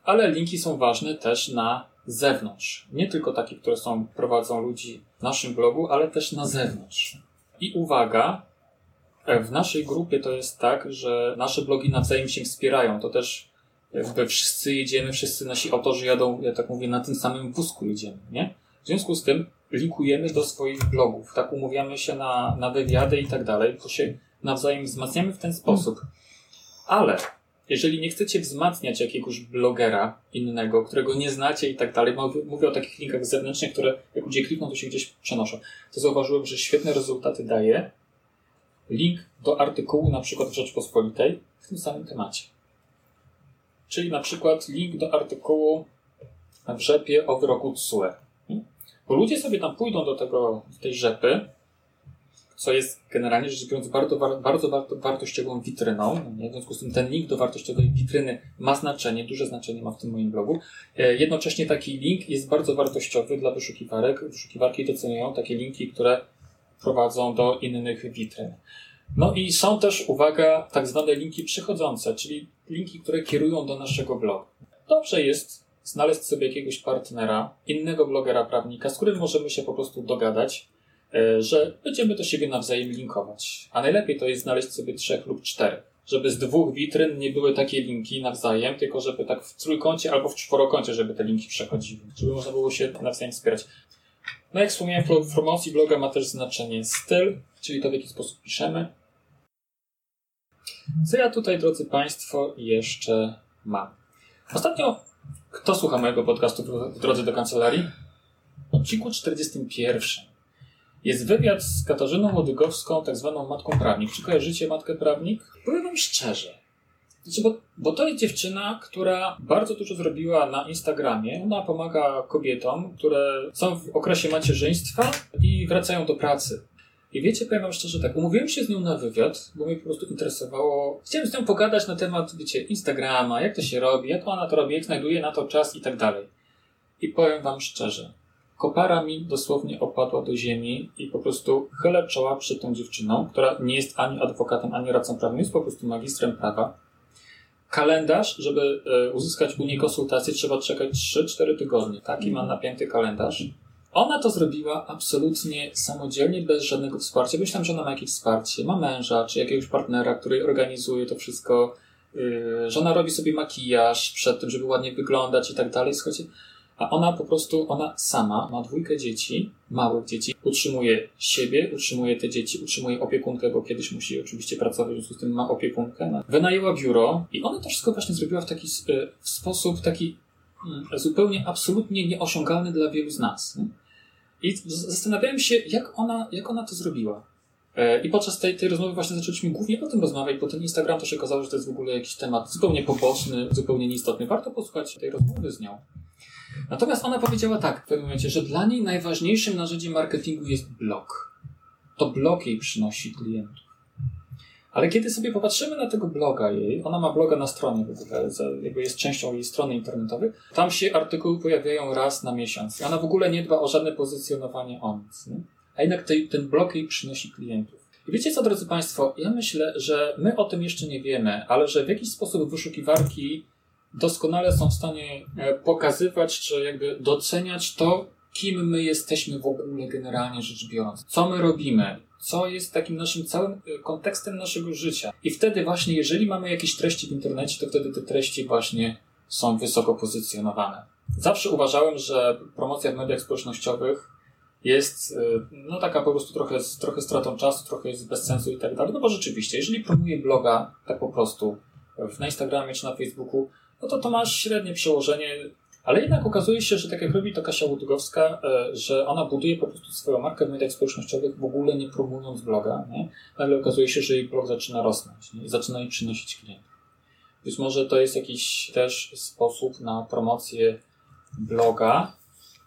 [SPEAKER 4] ale linki są ważne też na zewnątrz. Nie tylko takie, które są, prowadzą ludzi w naszym blogu, ale też na zewnątrz. I uwaga, w naszej grupie to jest tak, że nasze blogi nawzajem się wspierają. To też jakby wszyscy jedziemy, wszyscy nasi autorzy jadą, ja tak mówię, na tym samym wózku jedziemy, nie? W związku z tym linkujemy do swoich blogów, tak umawiamy się na, na wywiady i tak dalej, to się nawzajem wzmacniamy w ten sposób. Ale jeżeli nie chcecie wzmacniać jakiegoś blogera innego, którego nie znacie i tak dalej, mówię o takich linkach zewnętrznych, które jak ludzie klikną, to się gdzieś przenoszą, to zauważyłem, że świetne rezultaty daje link do artykułu na przykład w Rzeczpospolitej w tym samym temacie. Czyli na przykład link do artykułu w Rzepie o wyroku T S U E. Bo ludzie sobie tam pójdą do tego, do tej Rzepy, co jest generalnie rzecz biorąc bardzo, bardzo warto, wartościową witryną. Nie? W związku z tym ten link do wartościowej witryny ma znaczenie, duże znaczenie ma w tym moim blogu. Jednocześnie taki link jest bardzo wartościowy dla wyszukiwarek. Wyszukiwarki doceniają takie linki, które prowadzą do innych witryn. No i są też, uwaga, tak zwane linki przychodzące, czyli linki, które kierują do naszego blogu. Dobrze jest znaleźć sobie jakiegoś partnera, innego blogera prawnika, z którym możemy się po prostu dogadać, że będziemy do siebie nawzajem linkować. A najlepiej to jest znaleźć sobie trzech lub czterech. Żeby z dwóch witryn nie były takie linki nawzajem, tylko żeby tak w trójkącie albo w czworokącie, żeby te linki przechodziły. Żeby można było się nawzajem wspierać. No jak wspomniałem, w promocji bloga ma też znaczenie styl, czyli to w jaki sposób piszemy. Co ja tutaj, drodzy Państwo, jeszcze mam? Ostatnio, kto słucha mojego podcastu w drodze do kancelarii? W odcinku czterdziestym pierwszym jest wywiad z Katarzyną Łodygowską, tak zwaną matką prawnik. Czy kojarzycie matkę prawnik? Powiem wam szczerze. Znaczy, bo, bo to jest dziewczyna, która bardzo dużo zrobiła na Instagramie. Ona pomaga kobietom, które są w okresie macierzyństwa i wracają do pracy. I wiecie, powiem wam szczerze tak, umówiłem się z nią na wywiad, bo mnie po prostu interesowało. Chciałem z nią pogadać na temat, wiecie, Instagrama, jak to się robi, jak ona to robi, jak znajduje na to czas i tak dalej. I powiem wam szczerze, kopara mi dosłownie opadła do ziemi i po prostu chylę czoła przed tą dziewczyną, która nie jest ani adwokatem, ani radcą prawnym, jest po prostu magistrem prawa. Kalendarz, żeby uzyskać u niej konsultację, trzeba czekać trzy cztery tygodnie. Taki ma napięty kalendarz. Ona to zrobiła absolutnie samodzielnie, bez żadnego wsparcia. Myślałem, że ona ma jakieś wsparcie. Ma męża, czy jakiegoś partnera, który organizuje to wszystko. Yy, że ona robi sobie makijaż przed tym, żeby ładnie wyglądać i tak dalej. Słuchajcie, a ona po prostu, ona sama ma dwójkę dzieci, małych dzieci. Utrzymuje siebie, utrzymuje te dzieci, utrzymuje opiekunkę, bo kiedyś musi oczywiście pracować, w związku z tym ma opiekunkę. Wynajęła biuro i ona to wszystko właśnie zrobiła w taki yy, w sposób taki yy, zupełnie, absolutnie nieosiągalny dla wielu z nas. Nie? I zastanawiałem się, jak ona, jak ona to zrobiła. I podczas tej, tej rozmowy właśnie zaczęliśmy głównie o tym rozmawiać, bo ten Instagram to się okazało, że to jest w ogóle jakiś temat zupełnie poboczny, zupełnie nieistotny. Warto posłuchać tej rozmowy z nią. Natomiast ona powiedziała tak w pewnym momencie, że dla niej najważniejszym narzędziem marketingu jest blog. To blog jej przynosi klientów. Ale kiedy sobie popatrzymy na tego bloga jej, ona ma bloga na stronie w ogóle, jakby jest częścią jej strony internetowej, tam się artykuły pojawiają raz na miesiąc. I ona w ogóle nie dba o żadne pozycjonowanie o nic. Nie? A jednak tej, ten blog jej przynosi klientów. I wiecie co, drodzy Państwo, ja myślę, że my o tym jeszcze nie wiemy, ale że w jakiś sposób wyszukiwarki doskonale są w stanie pokazywać, czy jakby doceniać to, kim my jesteśmy w ogóle generalnie rzecz biorąc. Co my robimy, co jest takim naszym całym kontekstem naszego życia. I wtedy właśnie, jeżeli mamy jakieś treści w internecie, to wtedy te treści właśnie są wysoko pozycjonowane. Zawsze uważałem, że promocja w mediach społecznościowych jest no taka po prostu trochę, trochę stratą czasu, trochę jest bez sensu i tak dalej. No bo rzeczywiście, jeżeli promuję bloga tak po prostu na Instagramie czy na Facebooku, no to to ma średnie przełożenie. Ale jednak okazuje się, że tak jak robi to Kasia Łodygowska, że ona buduje po prostu swoją markę w mediach społecznościowych w ogóle nie promując bloga. Nie? Nagle okazuje się, że jej blog zaczyna rosnąć, nie? I zaczyna jej przynosić klientów. Być może to jest jakiś też sposób na promocję bloga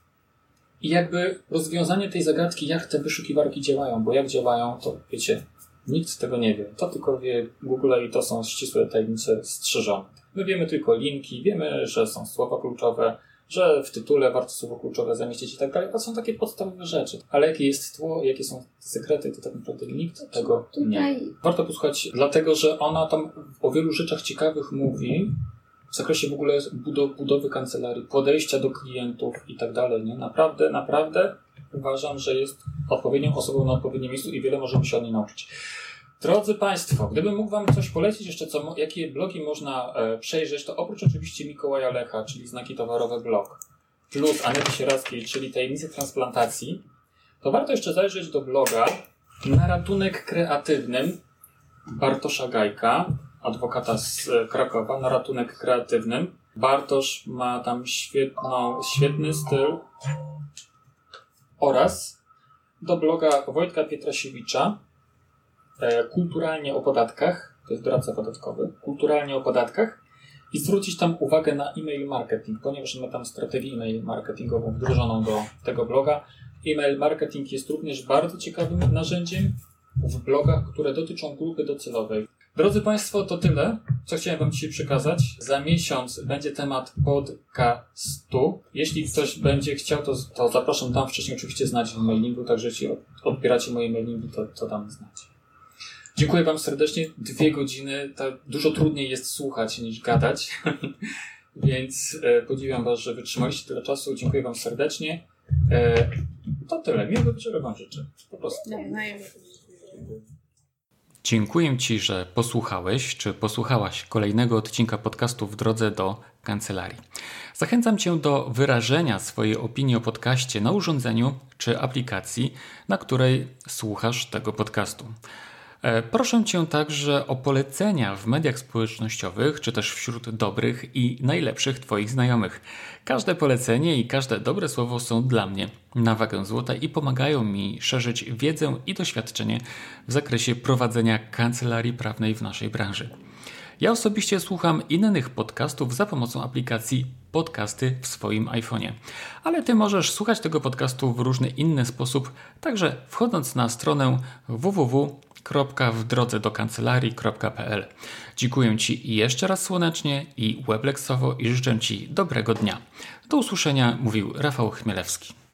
[SPEAKER 4] i jakby rozwiązanie tej zagadki, jak te wyszukiwarki działają, bo jak działają, to wiecie, nikt tego nie wie. To tylko wie Google i to są ścisłe tajemnice strzeżone. My wiemy tylko linki, wiemy, że są słowa kluczowe, że w tytule warto słowo kluczowe zamieścić i tak dalej. To są takie podstawowe rzeczy. Ale jakie jest tło, jakie są sekrety, to tak naprawdę nikt tego nie wie. Warto posłuchać, dlatego że ona tam o wielu rzeczach ciekawych mówi, w zakresie w ogóle budowy kancelarii, podejścia do klientów i tak dalej. Nie? Naprawdę, naprawdę uważam, że jest odpowiednią osobą na odpowiednim miejscu i wiele możemy się od niej nauczyć. Drodzy Państwo, gdybym mógł Wam coś polecić jeszcze, co, jakie blogi można e, przejrzeć, to oprócz oczywiście Mikołaja Lecha, czyli Znaki Towarowe blog, plus Anety Sieradzkiej, czyli Tajemnice Transplantacji, to warto jeszcze zajrzeć do bloga Na ratunek kreatywnym Bartosza Gajka, adwokata z Krakowa, Na ratunek kreatywnym. Bartosz ma tam świetną, świetny styl. Oraz do bloga Wojtka Pietrasiewicza, e, Kulturalnie o podatkach, to jest doradca podatkowy, Kulturalnie o podatkach, i zwrócić tam uwagę na e-mail marketing, ponieważ ma tam strategię e-mail marketingową wdrożoną do tego bloga. E-mail marketing jest również bardzo ciekawym narzędziem w blogach, które dotyczą grupy docelowej. Drodzy Państwo, to tyle, co chciałem Wam dzisiaj przekazać. Za miesiąc będzie temat podcastu. Jeśli ktoś będzie chciał, to, to zapraszam tam wcześniej oczywiście znać w mailingu, także jeśli odbieracie moje mailingi, to, to tam znacie. Dziękuję Wam serdecznie. Dwie godziny, to dużo trudniej jest słuchać niż gadać, więc e, podziwiam Was, że wytrzymaliście tyle czasu. Dziękuję Wam serdecznie. E, to tyle. Miłego wieczoru Wam życzę. Po prostu.
[SPEAKER 1] Dziękuję Ci, że posłuchałeś czy posłuchałaś kolejnego odcinka podcastu W drodze do kancelarii. Zachęcam Cię do wyrażenia swojej opinii o podcaście na urządzeniu czy aplikacji, na której słuchasz tego podcastu. Proszę Cię także o polecenia w mediach społecznościowych, czy też wśród dobrych i najlepszych Twoich znajomych. Każde polecenie i każde dobre słowo są dla mnie na wagę złota i pomagają mi szerzyć wiedzę i doświadczenie w zakresie prowadzenia kancelarii prawnej w naszej branży. Ja osobiście słucham innych podcastów za pomocą aplikacji Podcasty w swoim iPhone'ie. Ale Ty możesz słuchać tego podcastu w różny inny sposób, także wchodząc na stronę w w w kropka w drodze do kancelarii kropka p l. Dziękuję Ci jeszcze raz słonecznie i webleksowo i życzę Ci dobrego dnia. Do usłyszenia, mówił Rafał Chmielewski.